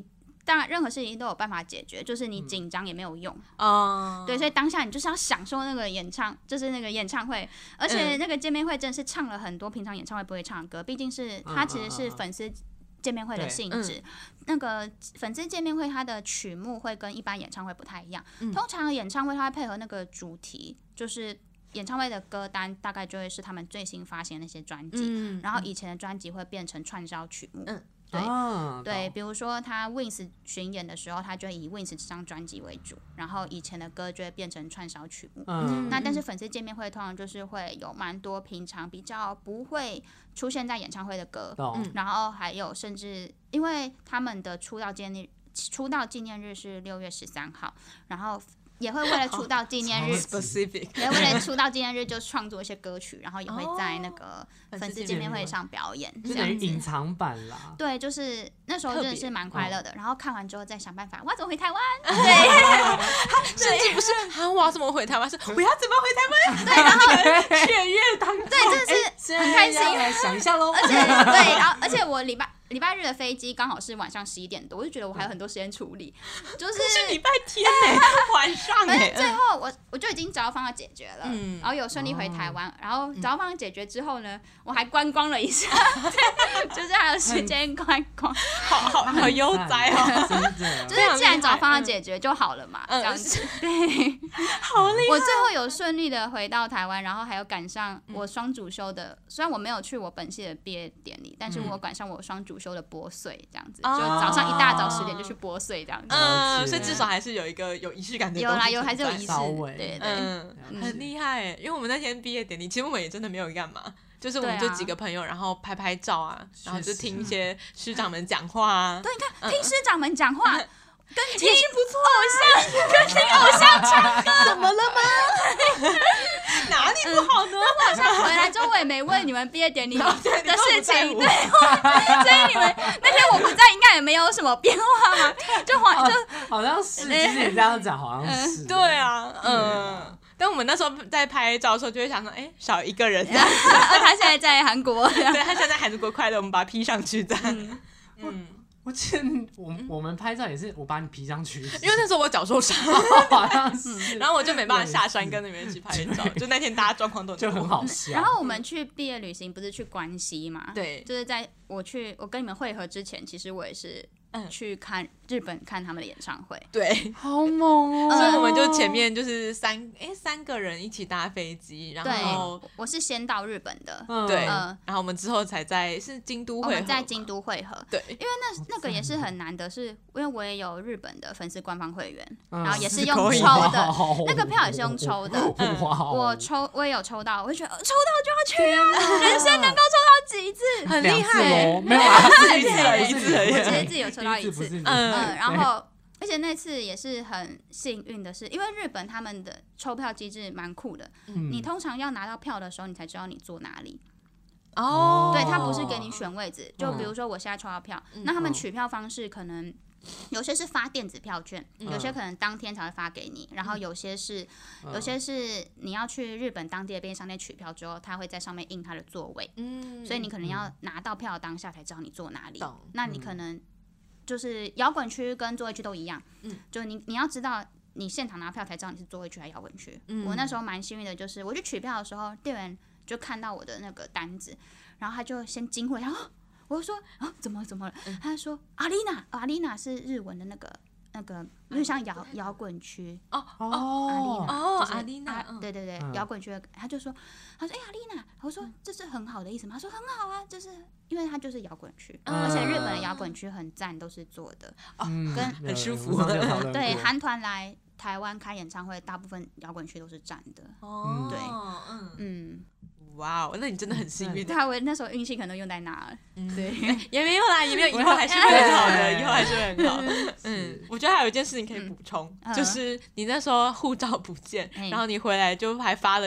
当然任何事情都有办法解决，就是你紧张也没有用。 哦、 嗯，对，所以当下你就是要享受那个演唱，就是那个演唱会，而且那个见面会真的是唱了很多平常演唱会不会唱的歌，毕竟是它其实是粉丝见面会的性质。嗯、那个粉丝见面会它的曲目会跟一般演唱会不太一样，嗯、通常演唱会它会配合那个主题，就是演唱会的歌单大概就会是他们最新发行的那些专辑，嗯、然后以前的专辑会变成串烧曲目。嗯对、啊、对，比如说他 Wings 巡演的时候，他就会以 Wings 这张专辑为主，然后以前的歌就会变成串烧曲目。嗯、那但是粉丝见面会通常就是会有蛮多平常比较不会出现在演唱会的歌，嗯、然后还有甚至因为他们的出道纪念出道纪念日是六月十三号，然后也会为了出道纪念日，也为了出道纪念日就创作一些歌曲，然后也会在那个粉丝见面会上表演， 就等于隐藏版啦。 对，就是那时候真的是蛮快乐的。然后看完之后再想办法，我要怎么回台湾？对， 甚至不是啊，我要怎么回台湾？是我要怎么回台湾？ 对，然后雀跃当中， 对，真的是很开心。 来想一下喽。 而且对，然后而且我礼拜。礼拜日的飞机刚好是晚上十一点多，我就觉得我还有很多时间处理，就是是礼拜天哎、欸，晚上哎、欸。 最后我我就已经找到方法解决了，嗯、然后有顺利回台湾，哦、然后找到方法解决之后呢，我还观光了一下，就是还有时间观光， 好好好悠哉哦， 就是既然找方法解决就好了嘛，嗯、这样子，对， 好厉害。 我最后有顺利的回到台湾，然后还有赶上我双主修的，虽然我没有去我本系的毕业典礼，但是我赶上我双主修的拨穗这样子，就早上一大早十点就去拨穗这样子， 嗯，所以至少还是有一个有仪式感的东西， 有啦有还是有仪式，对对， 嗯，很厉害哎，因为我们那天毕业典礼，其实我们也真的没有干嘛，就是我们就几个朋友，然后拍拍照啊，然后就听一些师长们讲话啊， 对，你看听师长们讲话。跟听也是不错偶像，跟听偶像唱歌， 怎么了吗？哪里不好呢？ 我好像回来之后我也没问你们毕业典礼的事情，对，所以你们那天我不在，应该也没有什么变化嘛，就好就好像是，其实你这样讲好像是， 对啊，嗯。但我们那时候在拍照的时候，就会想说，哎、欸，少一个人。 他现在在韩国， 对，他现在在韩国快乐，我们把他 P 上去这样。嗯。 嗯我记得我我们拍照也是我把你披上去，因为那时候我脚受伤， 好像是， 然后我就没办法下山跟你们一起拍照，就那天大家状况都就很好笑。 然后我们去毕业旅行不是去关西嘛？ 对， 就是在我去我跟你们会合之前，其实我也是去看日本看他们的演唱会， 对， 好猛哦！ 所以我们就前面就是三哎、欸、三个人一起搭飞机，然后我是先到日本的， 对，嗯、然后我们之后才在是京都会合， 我们在京都会合， 对， 因为那那个也是很难的，是因为我也有日本的粉丝官方会员，嗯、然后也是用抽的，那个票也是用抽的，嗯、我抽我也有抽到，我就觉得抽到就要去啊，人生能够抽到几次， 很厉害， 没有啊， 一次而已，一次而已， 我其实自己有抽到一次，嗯嗯，然后。而且那次也是很幸运的是，因为日本他们的抽票机制蛮酷的，嗯、你通常要拿到票的时候，你才知道你坐哪里。 哦， 对，他不是给你选位置，就比如说我现在抽到票，嗯、那他们取票方式可能有些是发电子票券，嗯、有些可能当天才会发给你，然后有些是、嗯、有些是你要去日本当地的便利商店取票之后，他会在上面印他的座位，嗯、所以你可能要拿到票当下才知道你坐哪里。嗯、那你可能。就是摇滚区跟座位区都一样，嗯，就你你要知道，你现场拿票才知道你是座位区还是摇滚区。嗯，我那时候蛮幸运的，就是我去取票的时候，店员就看到我的那个单子，然后他就先惊会，然后我就说啊怎么怎么了？嗯、他就说阿丽娜，阿丽娜是日文的那个那个，就像摇摇滚区哦哦， 阿丽娜哦阿丽娜， 对对对，摇滚区，他就说他说哎阿丽娜，我说这是很好的意思吗？他说很好啊，就是。因为它就是摇滚区，嗯、而且日本的摇滚区很赞，都是坐的， 嗯、跟很舒服。 对，韩团来台湾开演唱会，大部分摇滚区都是站的。哦，对，嗯嗯， 哇哦，那你真的很幸运。 对，我那时候运气可能用在哪了？ 嗯，对，也没有啦，也没有，以后还是会很好的，以后还是会很好。嗯，我觉得还有一件事情可以补充，嗯、就是你那时候护照不见，嗯、然后你回来就还发了。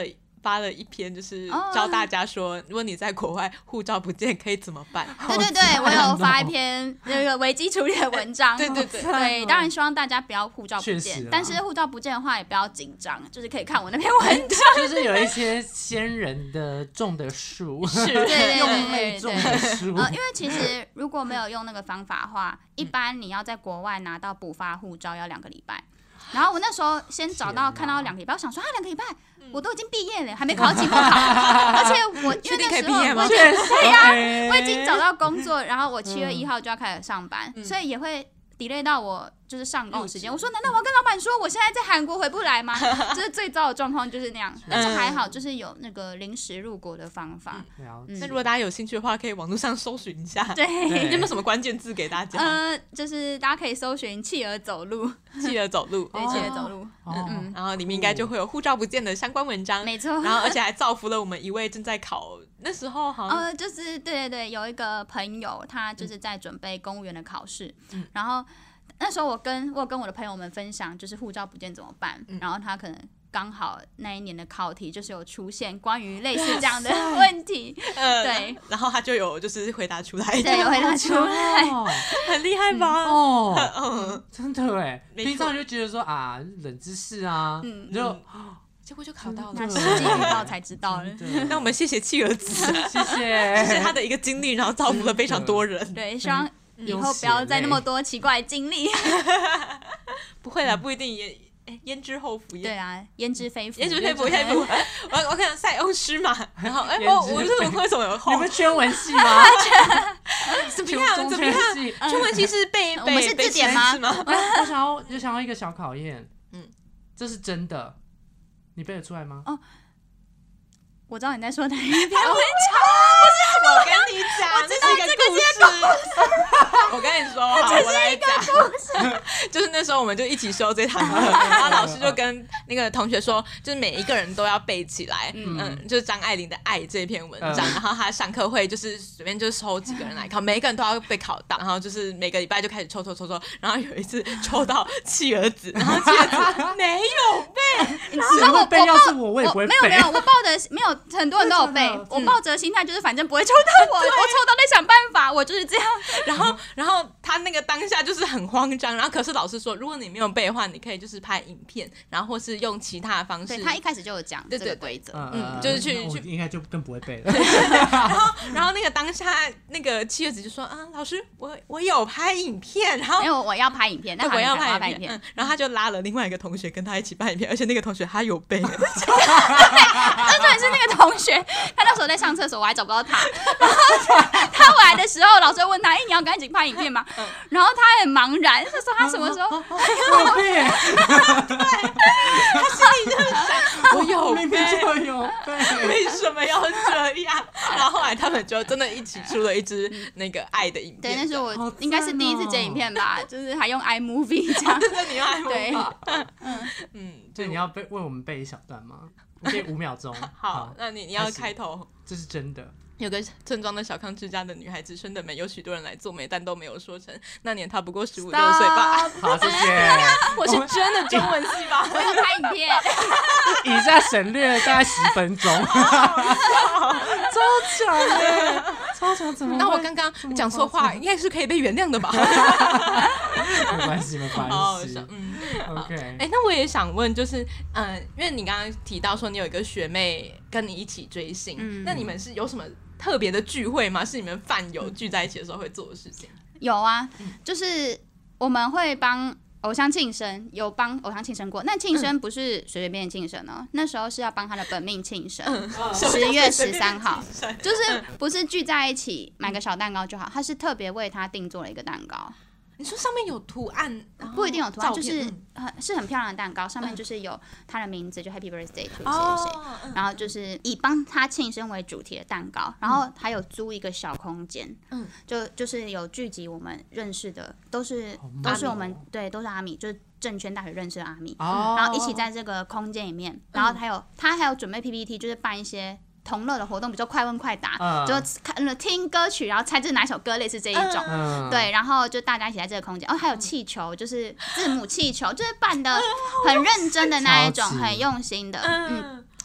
发了一篇，就是教大家说，如果你在国外护照不见可以怎么办？ 对对对，我有发一篇那个危机处理的文章。 对对对对，当然希望大家不要护照不见，但是护照不见的话也不要紧张，就是可以看我那篇文章， 就是有一些先人的种的树， 是， 对对用泪种的树。 呃，因为其实如果没有用那个方法的话，一般你要在国外拿到补发护照要两个礼拜。然后我那时候先找到看到两个礼拜，我想说啊，两个礼拜我都已经毕业了，还没考到期末考，而且我因为那时候我对呀，我已经找到工作，然后我七月一号就要开始上班，所以也会 delay 到我就是上工的时间。我说难道我要跟老板说我现在在韩国回不来吗？就是最糟的状况就是那样，但是还好就是有那个临时入国的方法。 那如果大家有兴趣的话，可以网络上搜寻一下。 对， 有没有什么关键字给大家？ 呃，就是大家可以搜寻企鹅走路， 企鹅走路， 对，企鹅走路， 嗯，然后里面应该就会有护照不见的相关文章， 没错。 然后而且还造福了我们一位正在考，那时候好像呃，就是对对对，有一个朋友他就是在准备公务员的考试，嗯、然后那时候我跟我跟我的朋友们分享，就是护照不见怎么办，嗯、然后他可能刚好那一年的考题就是有出现关于类似这样的问题，呃、对， 然后他就有就是回答出来， 对，有回答出来， 很厉害吧？ 哦，嗯，真的哎，平常就觉得说啊，冷知识啊，嗯，就。 结果就考到了， 那实际遇到才知道了。 那我们谢谢企鹅子， 谢谢， 谢谢他的一个经历，然后造福了非常多人。 对，希望以后不要再那么多奇怪的经历。 不会啦，不一定也。哎，焉知后福？ 对啊，焉知非福？ 焉知非福？非福！我我看塞翁失马，然后哎，我我这种为什么有后？ 你们圈文系吗？ 怎么样？怎么样？圈文系是背我们是字典吗？ 我想要，就想要一个小考验。嗯，这是真的。你背得出来吗？哦， 我知道你在说哪一篇文章。 我跟你讲，我知道这个故事。我跟你说，好，我来讲。就是那时候我们就一起修这堂课，然后老师就跟那个同学说，就是每一个人都要背起来，嗯，嗯就是张爱玲的《爱》这篇文章。嗯、然后他上课会就是随便就抽几个人来考，每一个人都要被考到。然后就是每个礼拜就开始抽抽抽抽，然后有一次抽到企鹅子，然后企鹅子没有背。 你知道我背，要是我我也不会背。 没有没有，我抱着没有很多人都有背，我抱着心态就是反正不会抽到我，我抽到再想办法，我就是这样。 然后然后他那个当下就是很慌张，然后可是老师说，如果你没有背的话，你可以就是拍影片，然后或是用其他的方式。 对，他一开始就有讲这个规则， 嗯，就是去去应该就更不会背了。 然后然后那个当下那个企鹅子就说啊，老师，我我有拍影片，然后因为我要拍影片，那我要拍影片， 然后他就拉了另外一个同学跟他一起拍影片，而且那个同学他有背。对， 那重点是那个同学，他那时候在上厕所，我还找不到他。然后他回来的时候，老师问他：“哎、欸，你要赶紧拍影片吗？”然后他很茫然，他说他什么时候有背？ 对，他心里就是想：“我有背， 就有背， 为什么要这样？”然后后来他们就真的一起出了一支那个爱的影片。 对，那是我应该是第一次剪影片吧，就是还用 iMovie 这样。 对，你用 iMovie。 对， 嗯嗯， 就你要背为我们背一小段吗？我背五秒钟。 好，那你你要开头。 这是真的。 有个村庄的小康之家的女孩子生得美，有许多人来做媒，但都没有说成。那年她不过十五六岁吧。 好，谢谢。 我是真的中文系吧？ 我有拍影片。 以下省略了大概十分钟。超强耶！超强怎么？ 那我刚刚讲错话，应该是可以被原谅的吧？ 没关系，没关系。 嗯 ，OK。 哎，那我也想问，就是，嗯、呃，因为你刚刚提到说你有一个学妹跟你一起追星，嗯、那你们是有什么特别的聚会吗？是你们饭友聚在一起的时候会做的事情？ 有啊，就是我们会帮偶像庆生，有帮偶像庆生过。那庆生不是随随便便庆生哦，嗯、那时候是要帮他的本命庆生，十、嗯、月十三号，就是不是聚在一起买个小蛋糕就好，他是特别为他定做了一个蛋糕。 你说上面有图案， 不一定有图案，就是很是很漂亮的蛋糕，上面就是有他的名字，就 Happy Birthday to 谁谁谁，然后就是以帮他庆生为主题的蛋糕，然后还有租一个小空间，嗯，就就是有聚集我们认识的，都是都是我们对都是阿米，就是证券大学认识的阿米，然后一起在这个空间里面，然后还有他还有准备 P P T， 就是办一些同乐的活动，比如说快问快答，嗯、就看听歌曲，然后猜这是哪首歌，类似这一种。嗯、对，然后就大家一起在这个空间。哦，还有气球，就是字母气球，就是办的很认真的那一种，很用心的。嗯，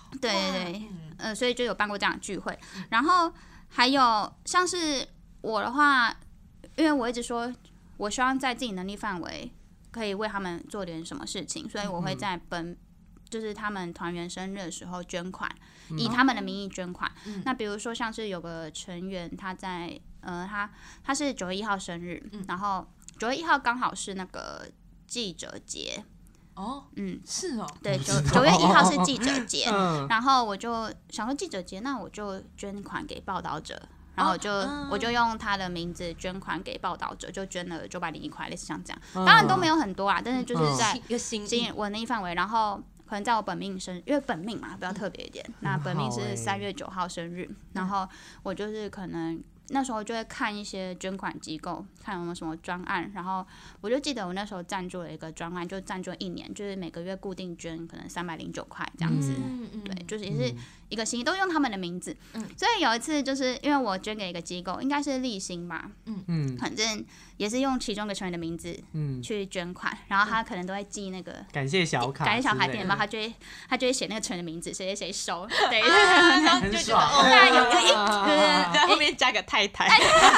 对对对，呃，所以就有办过这样的聚会。然后还有像是我的话，因为我一直说我希望在自己能力范围可以为他们做点什么事情，所以我会在本。就是他们团员生日的时候捐款，嗯、以他们的名义捐款。嗯、那比如说像是有个成员他在呃他他是九月一号生日，嗯、然后九月一号刚好是那个记者节。 哦，嗯，是哦， 对，九九月一号是记者节，嗯、然后我就想说记者节，那我就捐款给报道者。然后我就、哦、我就用他的名字捐款给报道者，就捐了九百零一块，类似像这样。当然都没有很多啊，但是就是在一个心意我能力范围，然后。可能在我本命生，因为本命嘛比较特别一点，嗯、那本命是三月九号生日，欸、然后我就是可能那时候就会看一些捐款机构，看有没有什么专案，然后我就记得我那时候赞助了一个专案，就赞助一年，就是每个月固定捐可能三百零九块这样子，嗯、对，就是也是一个心意，都用他们的名字，嗯、所以有一次就是因为我捐给一个机构，应该是立新吧，嗯，反正也是用其中一个成员的名字去捐款，嗯、然后他可能都会寄那个感谢小卡， 感谢小卡电报，他就会他就会写那个成员的名字，谁谁谁收，对， 然后就觉得哦， 对，有有一， 在后面加个太太。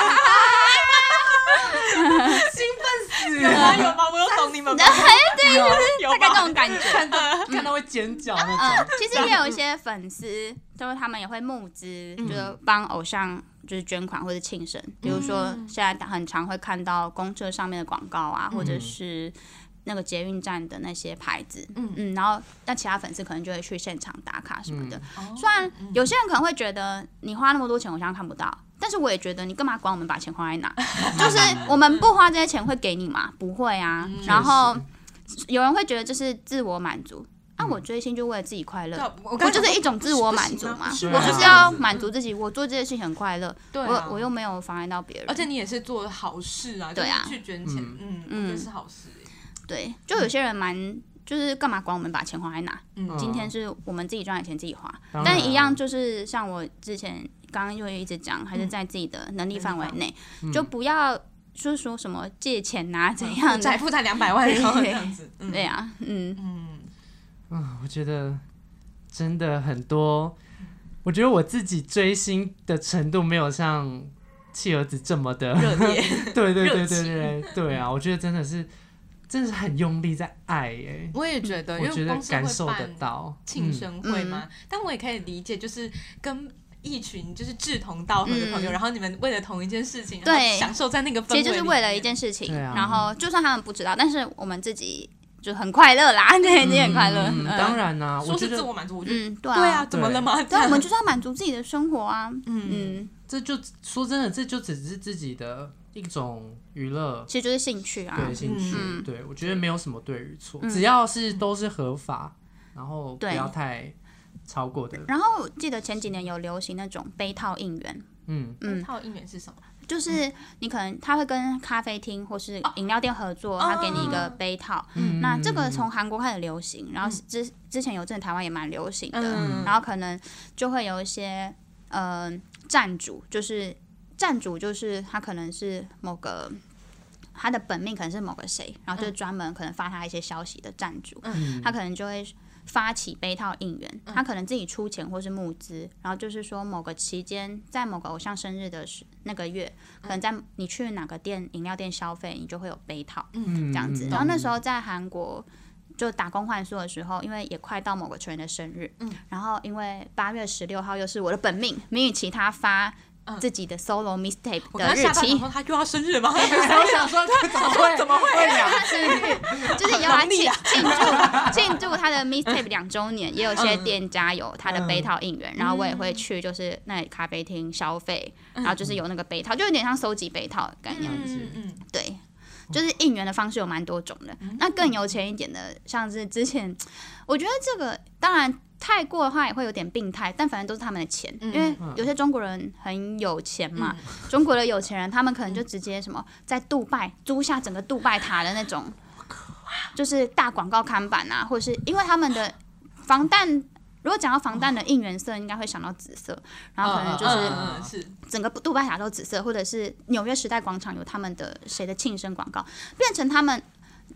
兴奋死！ 有吗？有吗？我有懂你们吗？ 对，就是大概这种感觉， 看到看到会尖叫那种。 其实也有一些粉丝，就是他们也会募资，就是帮偶像就是捐款或者庆生。比如说现在很常会看到公车上面的广告啊，或者是那个捷运站的那些牌子，嗯嗯，然后那其他粉丝可能就会去现场打卡什么的。虽然有些人可能会觉得你花那么多钱，我现在看不到。但是我也觉得，你干嘛管我们把钱花在哪？就是我们不花这些钱会给你吗？不会啊。嗯、然后有人会觉得这是自我满足。啊，我追星就为了自己快乐，嗯、我就是一种自我满足嘛。我就是要满足自己，我做这些事情很快乐。对、啊，我我又没有妨碍到别人。 而且你也是做好事啊，对啊，就是去捐钱，嗯嗯，这是好事。 对，就有些人蛮。就是干嘛管我们把钱花在哪？嗯、今天是我们自己赚的钱自己花，嗯、但一样就是像我之前刚刚就一直讲，还是在自己的能力范围内，嗯、就不要说说什么借钱啊怎样的， 财富才两百万然后这样子， 嗯、对啊，嗯嗯嗯，我觉得真的很多，我觉得我自己追星的程度没有像契儿子这么的热烈， 对对对对对对啊，我觉得真的是。真的是很用力在爱耶、欸， 我也觉得，因为公司感受得到庆生会嘛，嗯、但我也可以理解，就是跟一群就是志同道合的朋友，嗯、然后你们为了同一件事情，然后享受在那个氛围里面， 其实就是为了一件事情，啊、然后就算他们不知道，但是我们自己就很快乐啦，对，你很快乐。 嗯嗯、当然啦、啊， 说是自我满足，我觉得、 嗯、对啊， 对啊，怎么了吗？ 对，我们就是要满足自己的生活啊，嗯嗯，这就说真的，这就只是自己的。一种娱乐， 其实就是兴趣啊。 对，兴趣，嗯、对我觉得没有什么对与错，嗯、只要是都是合法，然后不要太超过的。 然后记得前几年有流行那种杯套应援， 嗯嗯，杯套应援是什么？ 就是你可能他会跟咖啡厅或是饮料店合作，他、哦、给你一个杯套。嗯、那这个从韩国开始流行，然后之之前有阵台湾也蛮流行的，嗯、然后可能就会有一些呃站主，就是站主就是他可能是某个他的本命可能是某个谁，然后就专门可能发他一些消息的站主，嗯、他可能就会发起杯套应援，他可能自己出钱或是募资，然后就是说某个期间在某个偶像生日的那个月，可能在你去哪个店饮料店消费，你就会有杯套，嗯、这样子。然后那时候在韩国就打工换宿的时候，因为也快到某个成员的生日，嗯、然后因为八月十六号又是我的本命，名与其他发自己的 solo mixtape 的日期， 我他就要生日吗？ 我想说怎么会怎么会他生日就是也要来庆庆祝庆祝他的 mixtape 两周年，也有些店家有他的杯套应援，嗯、然后我也会去就是那里咖啡厅消费，嗯、然后就是有那个杯套，就有点像收集杯套的概念，嗯嗯，对。就是应援的方式有蛮多种的，嗯、那更有钱一点的，像是之前，我觉得这个当然太过的话也会有点病态，但反正都是他们的钱，嗯、因为有些中国人很有钱嘛，嗯、中国的有钱人他们可能就直接什么在杜拜租下整个杜拜塔的那种，就是大广告看板啊，或者是因为他们的防弹。如果讲到防弹的应援色，应该会想到紫色，然后可能就是整个杜拜塔都紫色，或者是纽约时代广场有他们的谁的庆生广告，变成他们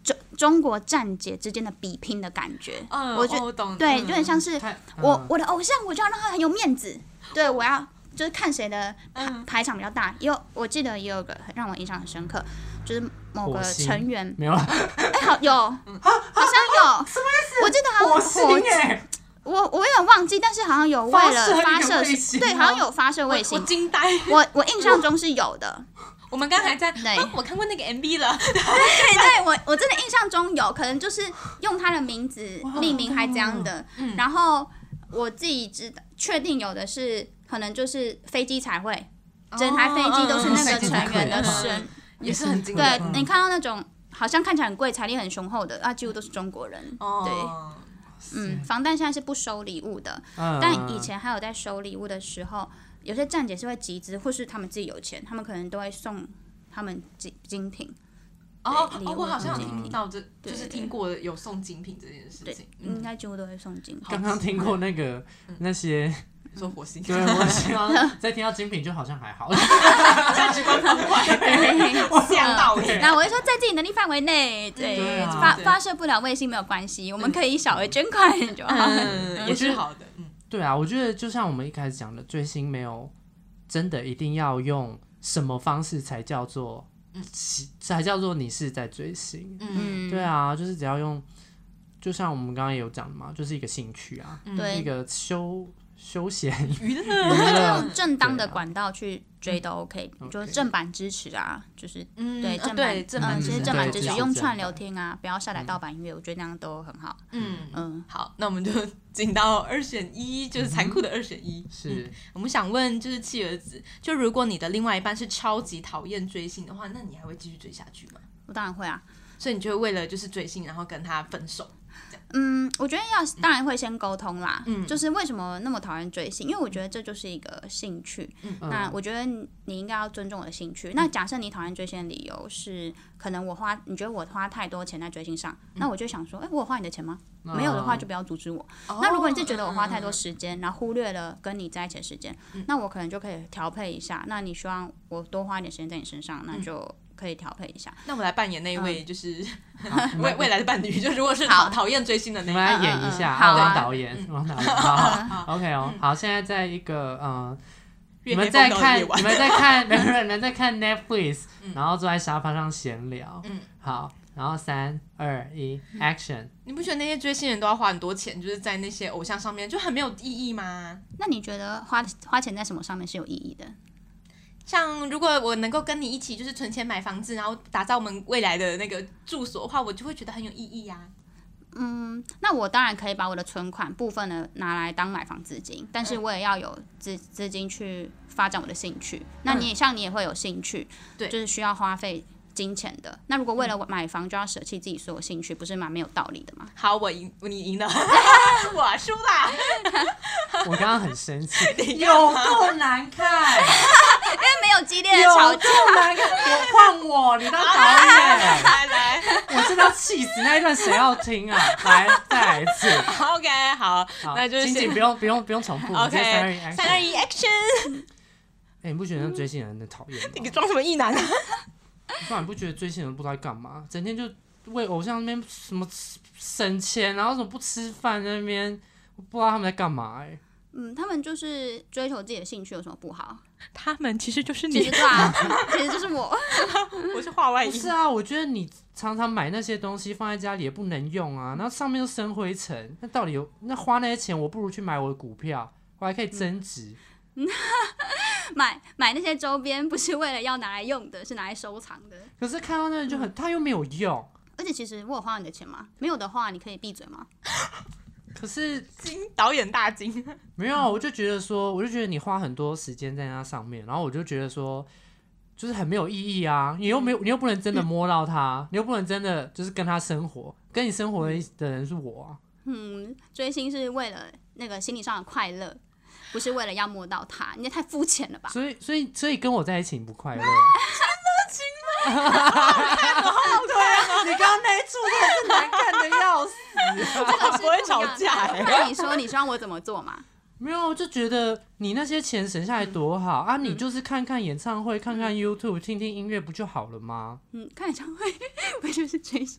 中中国站姐之间的比拼的感觉。 嗯， 我觉得、哦、懂， 对， 嗯、 就很像是我、嗯、我的偶像，我就要让他很有面子，对我要就是看谁的排、嗯、排场比较大。也有我记得也有个让我印象很深刻，就是某个成员没有了， 哎、欸，好有，嗯、好像有， 什么意思？ 我记得好像火星哎。 我我有点忘记，但是好像有为了发射，对，好像有发射卫星。 我惊呆！ 我我印象中是有的。 我们刚才在， 对、 哦，我看过那个 M V 了。 对对，我我真的印象中有，可能就是用他的名字命名还这样的。嗯、然后我自己知道，确定有的是可能就是飞机彩绘，整台飞机都是那个成员的身， 也是很精。 对，你看到那种好像看起来很贵、财力很雄厚的，啊，几乎都是中国人。 哦、 对。嗯，防弹现在是不收礼物的，嗯、但以前还有在收礼物的时候，有些站姐是会集资，或是他们自己有钱，他们可能都会送他们精精品。 哦哦，我好像有听到这，就是听过有送精品这件事情， 应该几乎都会送精品。 刚刚听过那个、嗯、那些。 说火星， 对，火星啊！再听到精品就好像还好， 价值观崩坏，吓到你。 那我会说，在自己能力范围内，对， 对啊、 发发射不了卫星没有关系，我们可以小额捐款就好， 嗯、也是好的。嗯， 对啊，我觉得就像我们一开始讲的，追星没有真的一定要用什么方式才叫做，嗯、才叫做你是在追星。 嗯， 对啊，就是只要用，就像我们刚刚也有讲的嘛，就是一个兴趣啊， 对、 嗯，一个休。休闲娱乐，用正当的管道去追都 OK，、嗯、就是正版支持啊，就是、 嗯、 对正版， 嗯，正版其实正版支持，用串流听听啊，不要下载盗版音乐，我觉得那样都很好。 嗯嗯，好，那我们就进到二选一，就是残酷的二选一。 嗯、是、 嗯，我们想问，就是企儿子，就如果你的另外一半是超级讨厌追星的话，那你还会继续追下去吗？ 我当然会啊， 所以你就会为了就是追星，然后跟他分手？ 嗯，我觉得要当然会先沟通啦、 嗯， 就是为什么那么讨厌追星，因为我觉得这就是一个兴趣。 嗯， 那我觉得你应该要尊重我的兴趣。嗯、那假设你讨厌追星的理由是，可能我花，你觉得我花太多钱在追星上，嗯、那我就想说，哎、欸，我有花你的钱吗？哦、没有的话就不要阻止我。哦、那如果你是觉得我花太多时间，然后忽略了跟你在一起的时间，嗯、那我可能就可以调配一下。那你希望我多花一点时间在你身上，那就。嗯可以调配一下。 那我来扮演那一位，就是未、嗯、未来的伴侣，就如果是讨讨厌追星的那一位， 我们来演一下， 好王导演，王导演，好 ，OK 哦，好，现在在一个嗯，你们在看，你们在看，你们在看 Netflix，、嗯、然后坐在沙发上闲聊，嗯，好，然后三二一 ，Action。 你不觉得那些追星人都要花很多钱，就是在那些偶像上面，就很没有意义吗？ 那你觉得花花钱在什么上面是有意义的？ 像如果我能够跟你一起就是存钱买房子，然后打造我们未来的那个住所的话，我就会觉得很有意义呀、 啊。嗯，那我当然可以把我的存款部分呢拿来当买房资金，但是我也要有资资金去发展我的兴趣。嗯、那你也像你也会有兴趣，对，就是需要花费金钱的。那如果为了买房就要舍弃自己所有兴趣，不是蛮没有道理的吗？ 好，我赢，你赢了，我输啦。 我刚刚很生气， 有够难看。 因为没有激烈的吵架， 有够难看。我换我，你当导演， 来来， 我真的要气死！那一段谁要听啊？来，再来一次。 OK， 好，好那就是仅仅不用不用不用重复。 OK， 三二一 ，Action！ 哎、欸，你不觉得追星人很讨厌吗？ 你装什么异男啊？ 不然你不觉得追星人不知道在干嘛？整天就为偶像那边什么省钱，然后什么不吃饭在那边，我不知道他们在干嘛哎、欸。 嗯，他们就是追求自己的兴趣，有什么不好？ 他们其实就是你， 其实对啊，其实就是我， 我是话外音。 不是啊，我觉得你常常买那些东西放在家里也不能用啊，然后上面又生灰尘，那到底有那花那些钱，我不如去买我的股票，我还可以增值。 嗯、买买那些周边不是为了要拿来用的，是拿来收藏的。 可是看到那人就很，他又没有用。 而且其实我有花你的钱吗？没有的话，你可以闭嘴吗？ 可是金导演大金没有，我就觉得说，我就觉得你花很多时间在那上面，然后我就觉得说，就是很没有意义啊！你又没有，你又不能真的摸到他，嗯、你又不能真的就是跟他生活，跟你生活的人是我啊。 嗯，追星是为了那个心理上的快乐，不是为了要摸到他，你也太肤浅了吧？ 所以，所以，所以跟我在一起你不快乐？ 真的情吗？ 对啊，你刚刚那一处真的是难看的要死。 这个是不会吵架、欸。 那你说，你希望我怎么做嘛？ 没有，我就觉得你那些钱省下来多好、嗯、啊！你就是看看演唱会，嗯、看看 YouTube， 听听音乐，不就好了吗？ 嗯，看演唱会不就是追星？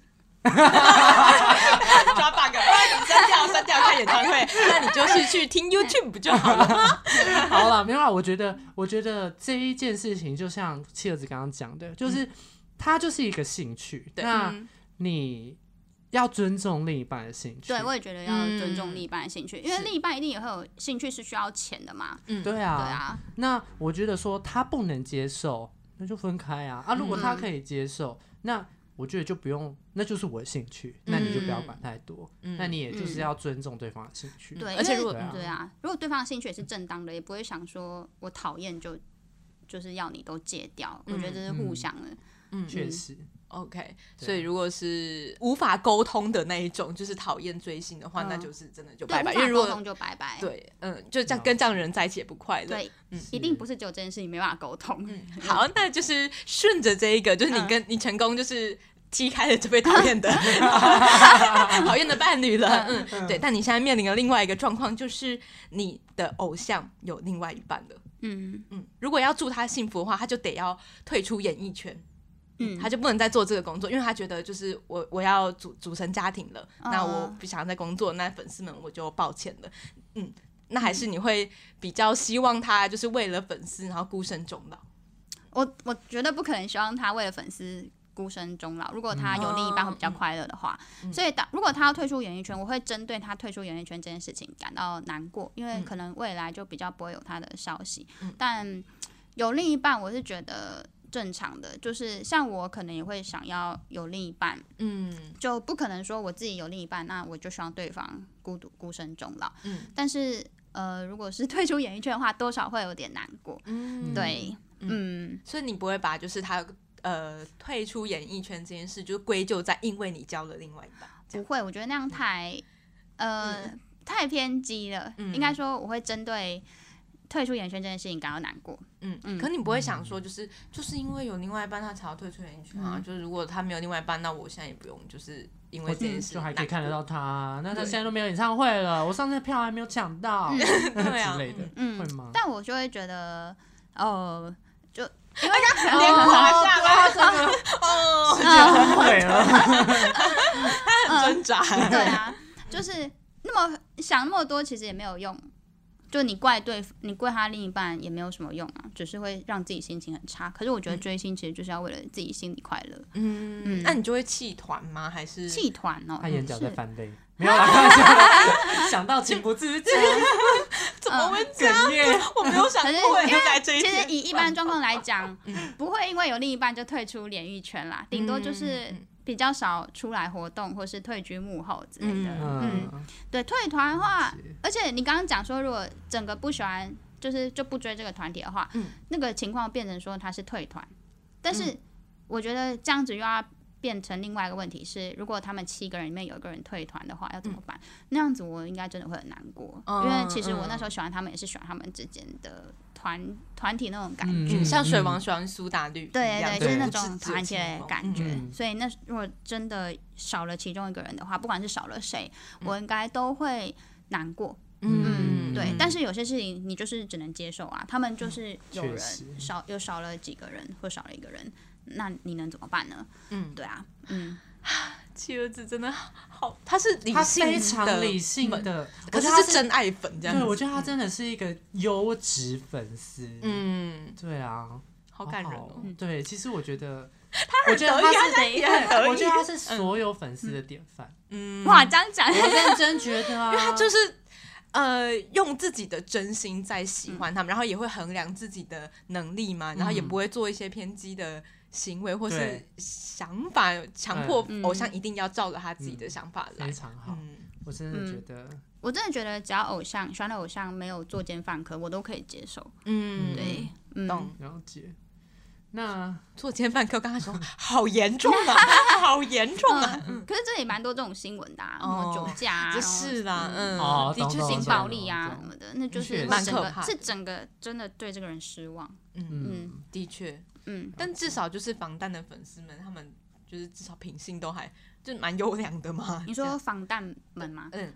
抓 bug， 你删掉删掉看演唱会，那你就是去听 YouTube 不就好了吗？ 好了，没有啦，我觉得我觉得这一件事情就像妻儿子刚刚讲的，就是它就是一个兴趣， 对那你要尊重另一半的兴趣。 对，我也觉得要尊重另一半的兴趣，嗯、因为另一半一定也会有兴趣是需要钱的嘛。 嗯，对啊， 对啊。 那我觉得说他不能接受，那就分开啊。啊，如果他可以接受，嗯、那我觉得就不用，那就是我的兴趣，那你就不要管太多。嗯、那你也就是要尊重对方的兴趣。 对， 而且如果对啊，如果对方的兴趣也是正当的，也不会想说我讨厌就就是要你都戒掉。嗯、我觉得这是互相的。 嗯，确实。 OK， 所以如果是无法沟通的那一种，就是讨厌追星的话，嗯、那就是真的就拜拜。因为如果沟通就拜拜。 对，嗯，就这样跟这样的人在一起也不快乐。 对，嗯、一定不是只有这件事情没办法沟通。 嗯、好，那就是顺着这一个，就是你跟、嗯、你成功就是踢开了这位讨厌的讨厌的伴侣了。嗯，嗯对。但你现在面临的另外一个状况，就是你的偶像有另外一半了。嗯嗯，如果要祝他幸福的话，他就得要退出演艺圈。嗯，他就不能再做这个工作，因为他觉得就是我我要组组成家庭了，嗯、那我不想再工作，那粉丝们我就抱歉了。嗯，那还是你会比较希望他就是为了粉丝然后孤身终老？ 我我绝对不可能希望他为了粉丝孤身终老。如果他有另一半会比较快乐的话，嗯、所以当如果他要退出演艺圈，我会针对他退出演艺圈这件事情感到难过，因为可能未来就比较不会有他的消息。嗯、但有另一半，我是觉得正常的，就是像我可能也会想要有另一半，嗯，就不可能说我自己有另一半，那我就希望对方孤独孤身终老，嗯，但是呃，如果是退出演艺圈的话，多少会有点难过，嗯，对，嗯， 嗯所以你不会把就是他呃退出演艺圈这件事，就归咎在因为你交了另外一半， 不会，我觉得那样太呃、嗯、太偏激了，嗯、应该说我会针对退出演艺圈这件事情感到难过， 嗯嗯，可你不会想说，就是就是因为有另外一半，他才要退出演艺圈啊？嗯、就是如果他没有另外一半，那我现在也不用，就是因为这件事、嗯、 就还可以看得到他。那他现在都没有演唱会了，我上次票还没有抢到，嗯、 对啊之类的，嗯，会吗？ 但我就会觉得，哦，就因为他脸垮下来， 真的，哦，世界崩溃了， 他很挣扎、 嗯，对啊，就是那么想那么多，其实也没有用。就你怪对，你怪他另一半也没有什么用啊，只是会让自己心情很差。可是我觉得追星其实就是要为了自己心里快乐。嗯嗯，那你就会弃团吗？还是弃团哦？ 他眼角在翻泪，没有啦，想到情不自禁， 怎么会这样？我没有想过会来这一天。 其实以一般状况来讲，不会因为有另一半就退出演艺圈啦，顶多就是比较少出来活动，或是退居幕后之类的。嗯，嗯对，退团的话，而且你刚刚讲说，如果整个不喜欢，就是就不追这个团体的话，嗯、那个情况变成说他是退团。但是我觉得这样子又要变成另外一个问题是，如果他们七个人里面有一个人退团的话，要怎么办？嗯、那样子我应该真的会很难过，嗯、因为其实我那时候喜欢他们，也是喜欢他们之间的团团体那种感觉， 嗯、像水王喜欢苏打绿， 对对，就是那种团体的感觉。嗯、所以那如果真的少了其中一个人的话，不管是少了谁，嗯、我应该都会难过。嗯，对。但是有些事情你就是只能接受啊，他们就是有人少，又少了几个人，或少了一个人，那你能怎么办呢？嗯，对啊，嗯。 妻儿子真的好，他是理性的， 他非常理性的， 可是他是真爱粉这样子。 对，我觉得他真的是一个优质粉丝。嗯，对啊， 好感人哦。 对，其实我觉得， 他我觉得他是谁呀？ 我觉得他是所有粉丝的典范。 嗯，哇，这样讲， 我认真觉得啊， 因为他就是。呃，用自己的真心在喜欢他们，嗯、然后也会衡量自己的能力嘛，然后也不会做一些偏激的行为或是想法，强迫偶像一定要照着他自己的想法来。 嗯、非常好，嗯、我真的觉得、嗯， 我真的觉得只要偶像喜欢的偶像没有作奸犯科，我都可以接受。嗯，对，嗯， 懂了解。那作奸犯科，刚才说好严重啊，好严重啊！ 嗯，可是这也蛮多这种新闻的啊，什么酒驾啊， 是啦，嗯， 的确性暴力啊什么的，那就是蛮可怕， 是整个真的对这个人失望。 嗯嗯，的确，嗯，但至少就是防弹的粉丝们，他们就是至少品性都还就蛮优良的嘛。 你说防弹们吗？嗯。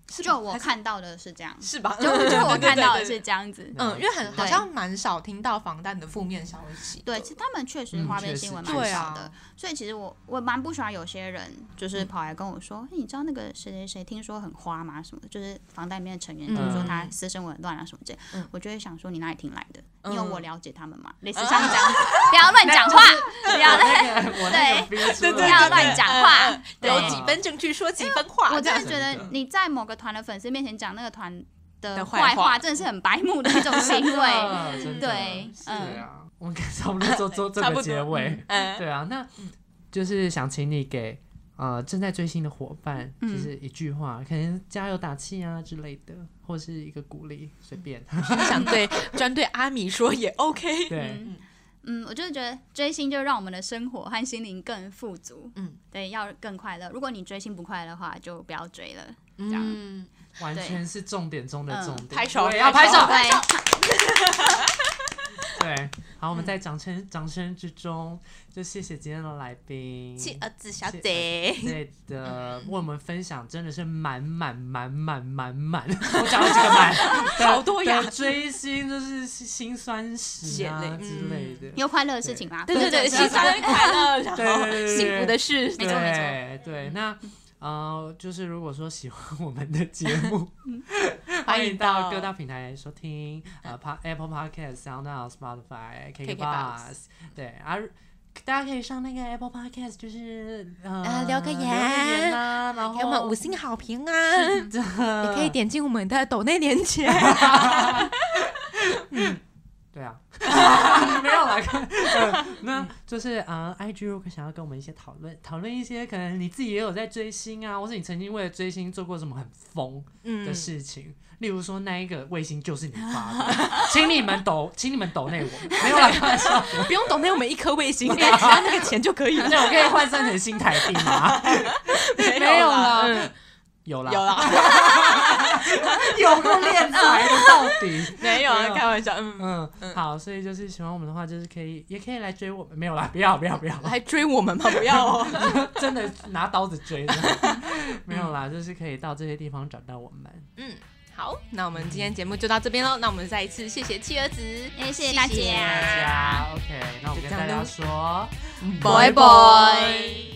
就我看到的是这样， 是吧？ 就就我看到的是这样子。 嗯，因为很好像蛮少听到防弹的负面消息。 对，其实他们确实花边新闻蛮少的，所以其实我我蛮不喜欢有些人就是跑来跟我说，你知道那个谁谁谁听说很花吗？什么就是防弹里面的成员听说他私生活很乱啊什么之类，我就会想说你哪里听来的？你有我了解他们吗？类似像这样子，不要乱讲话，不要对对，不要乱讲话， 有几分证据说几分话。 我真的觉得你在某个团的粉丝面前讲那个团的坏话，真的是很白目的一种行为。对， 对啊，我们差不多做做这个结尾。对啊，那就是想请你给呃正在追星的伙伴，就是一句话，可能加油打气啊之类的，或是一个鼓励，随便。 想对专对阿米说也 OK。 对。 嗯，我就是觉得追星就让我们的生活和心灵更富足，嗯，对，要更快乐。如果你追星不快乐的话，就不要追了，这样，嗯， 完全是重点中的重点。 拍手， 要拍手， 拍手。 对，好，我们在掌声掌声之中，就谢谢今天的来宾， 企鹅子小姐， 对的，为我们分享真的是满满满满满满，我讲了几个满， 好多呀， 追星就是辛酸史啊之类的， 有快乐的事情啦， 对对对，辛酸快乐，然后幸福的事， 没错没错， 对，那。呃，就是如果说喜欢我们的节目，欢迎到各大平台收听，呃 ，Apple Podcast、SoundOn、Spotify、K K Box， 对啊，大家可以上那个 Apple Podcast， 就是呃留个言啊，然后给我们五星好评啊，也可以点进我们的抖内连结。 嗯，对啊，没有啦，呃、那就是呃 I G 如果想要跟我们一些讨论，讨论一些可能你自己也有在追星啊，或是你曾经为了追星做过什么很疯的事情，嗯、例如说那一个卫星就是你发的，请你们抖，请你们抖内我们，没有啦，开玩笑， 不用抖内我们一颗卫星，只要那个钱就可以了， 那我可以换算成新台币吗？ 没有啦。嗯有啦， 有啦， 有够敛财的到底没有啊，开玩笑。嗯嗯, 嗯好，所以就是喜欢我们的话，就是可以，也可以来追我们。没有啦，不要不要不要， 来追我们吗？不要哦， 真的拿刀子追的，没有啦，就是可以到这些地方找到我们。 嗯，好，那我们今天节目就到这边喽。那我们再一次谢谢企鹅子， 谢谢大家， 谢谢大家。OK， 那我跟大家说， 拜拜。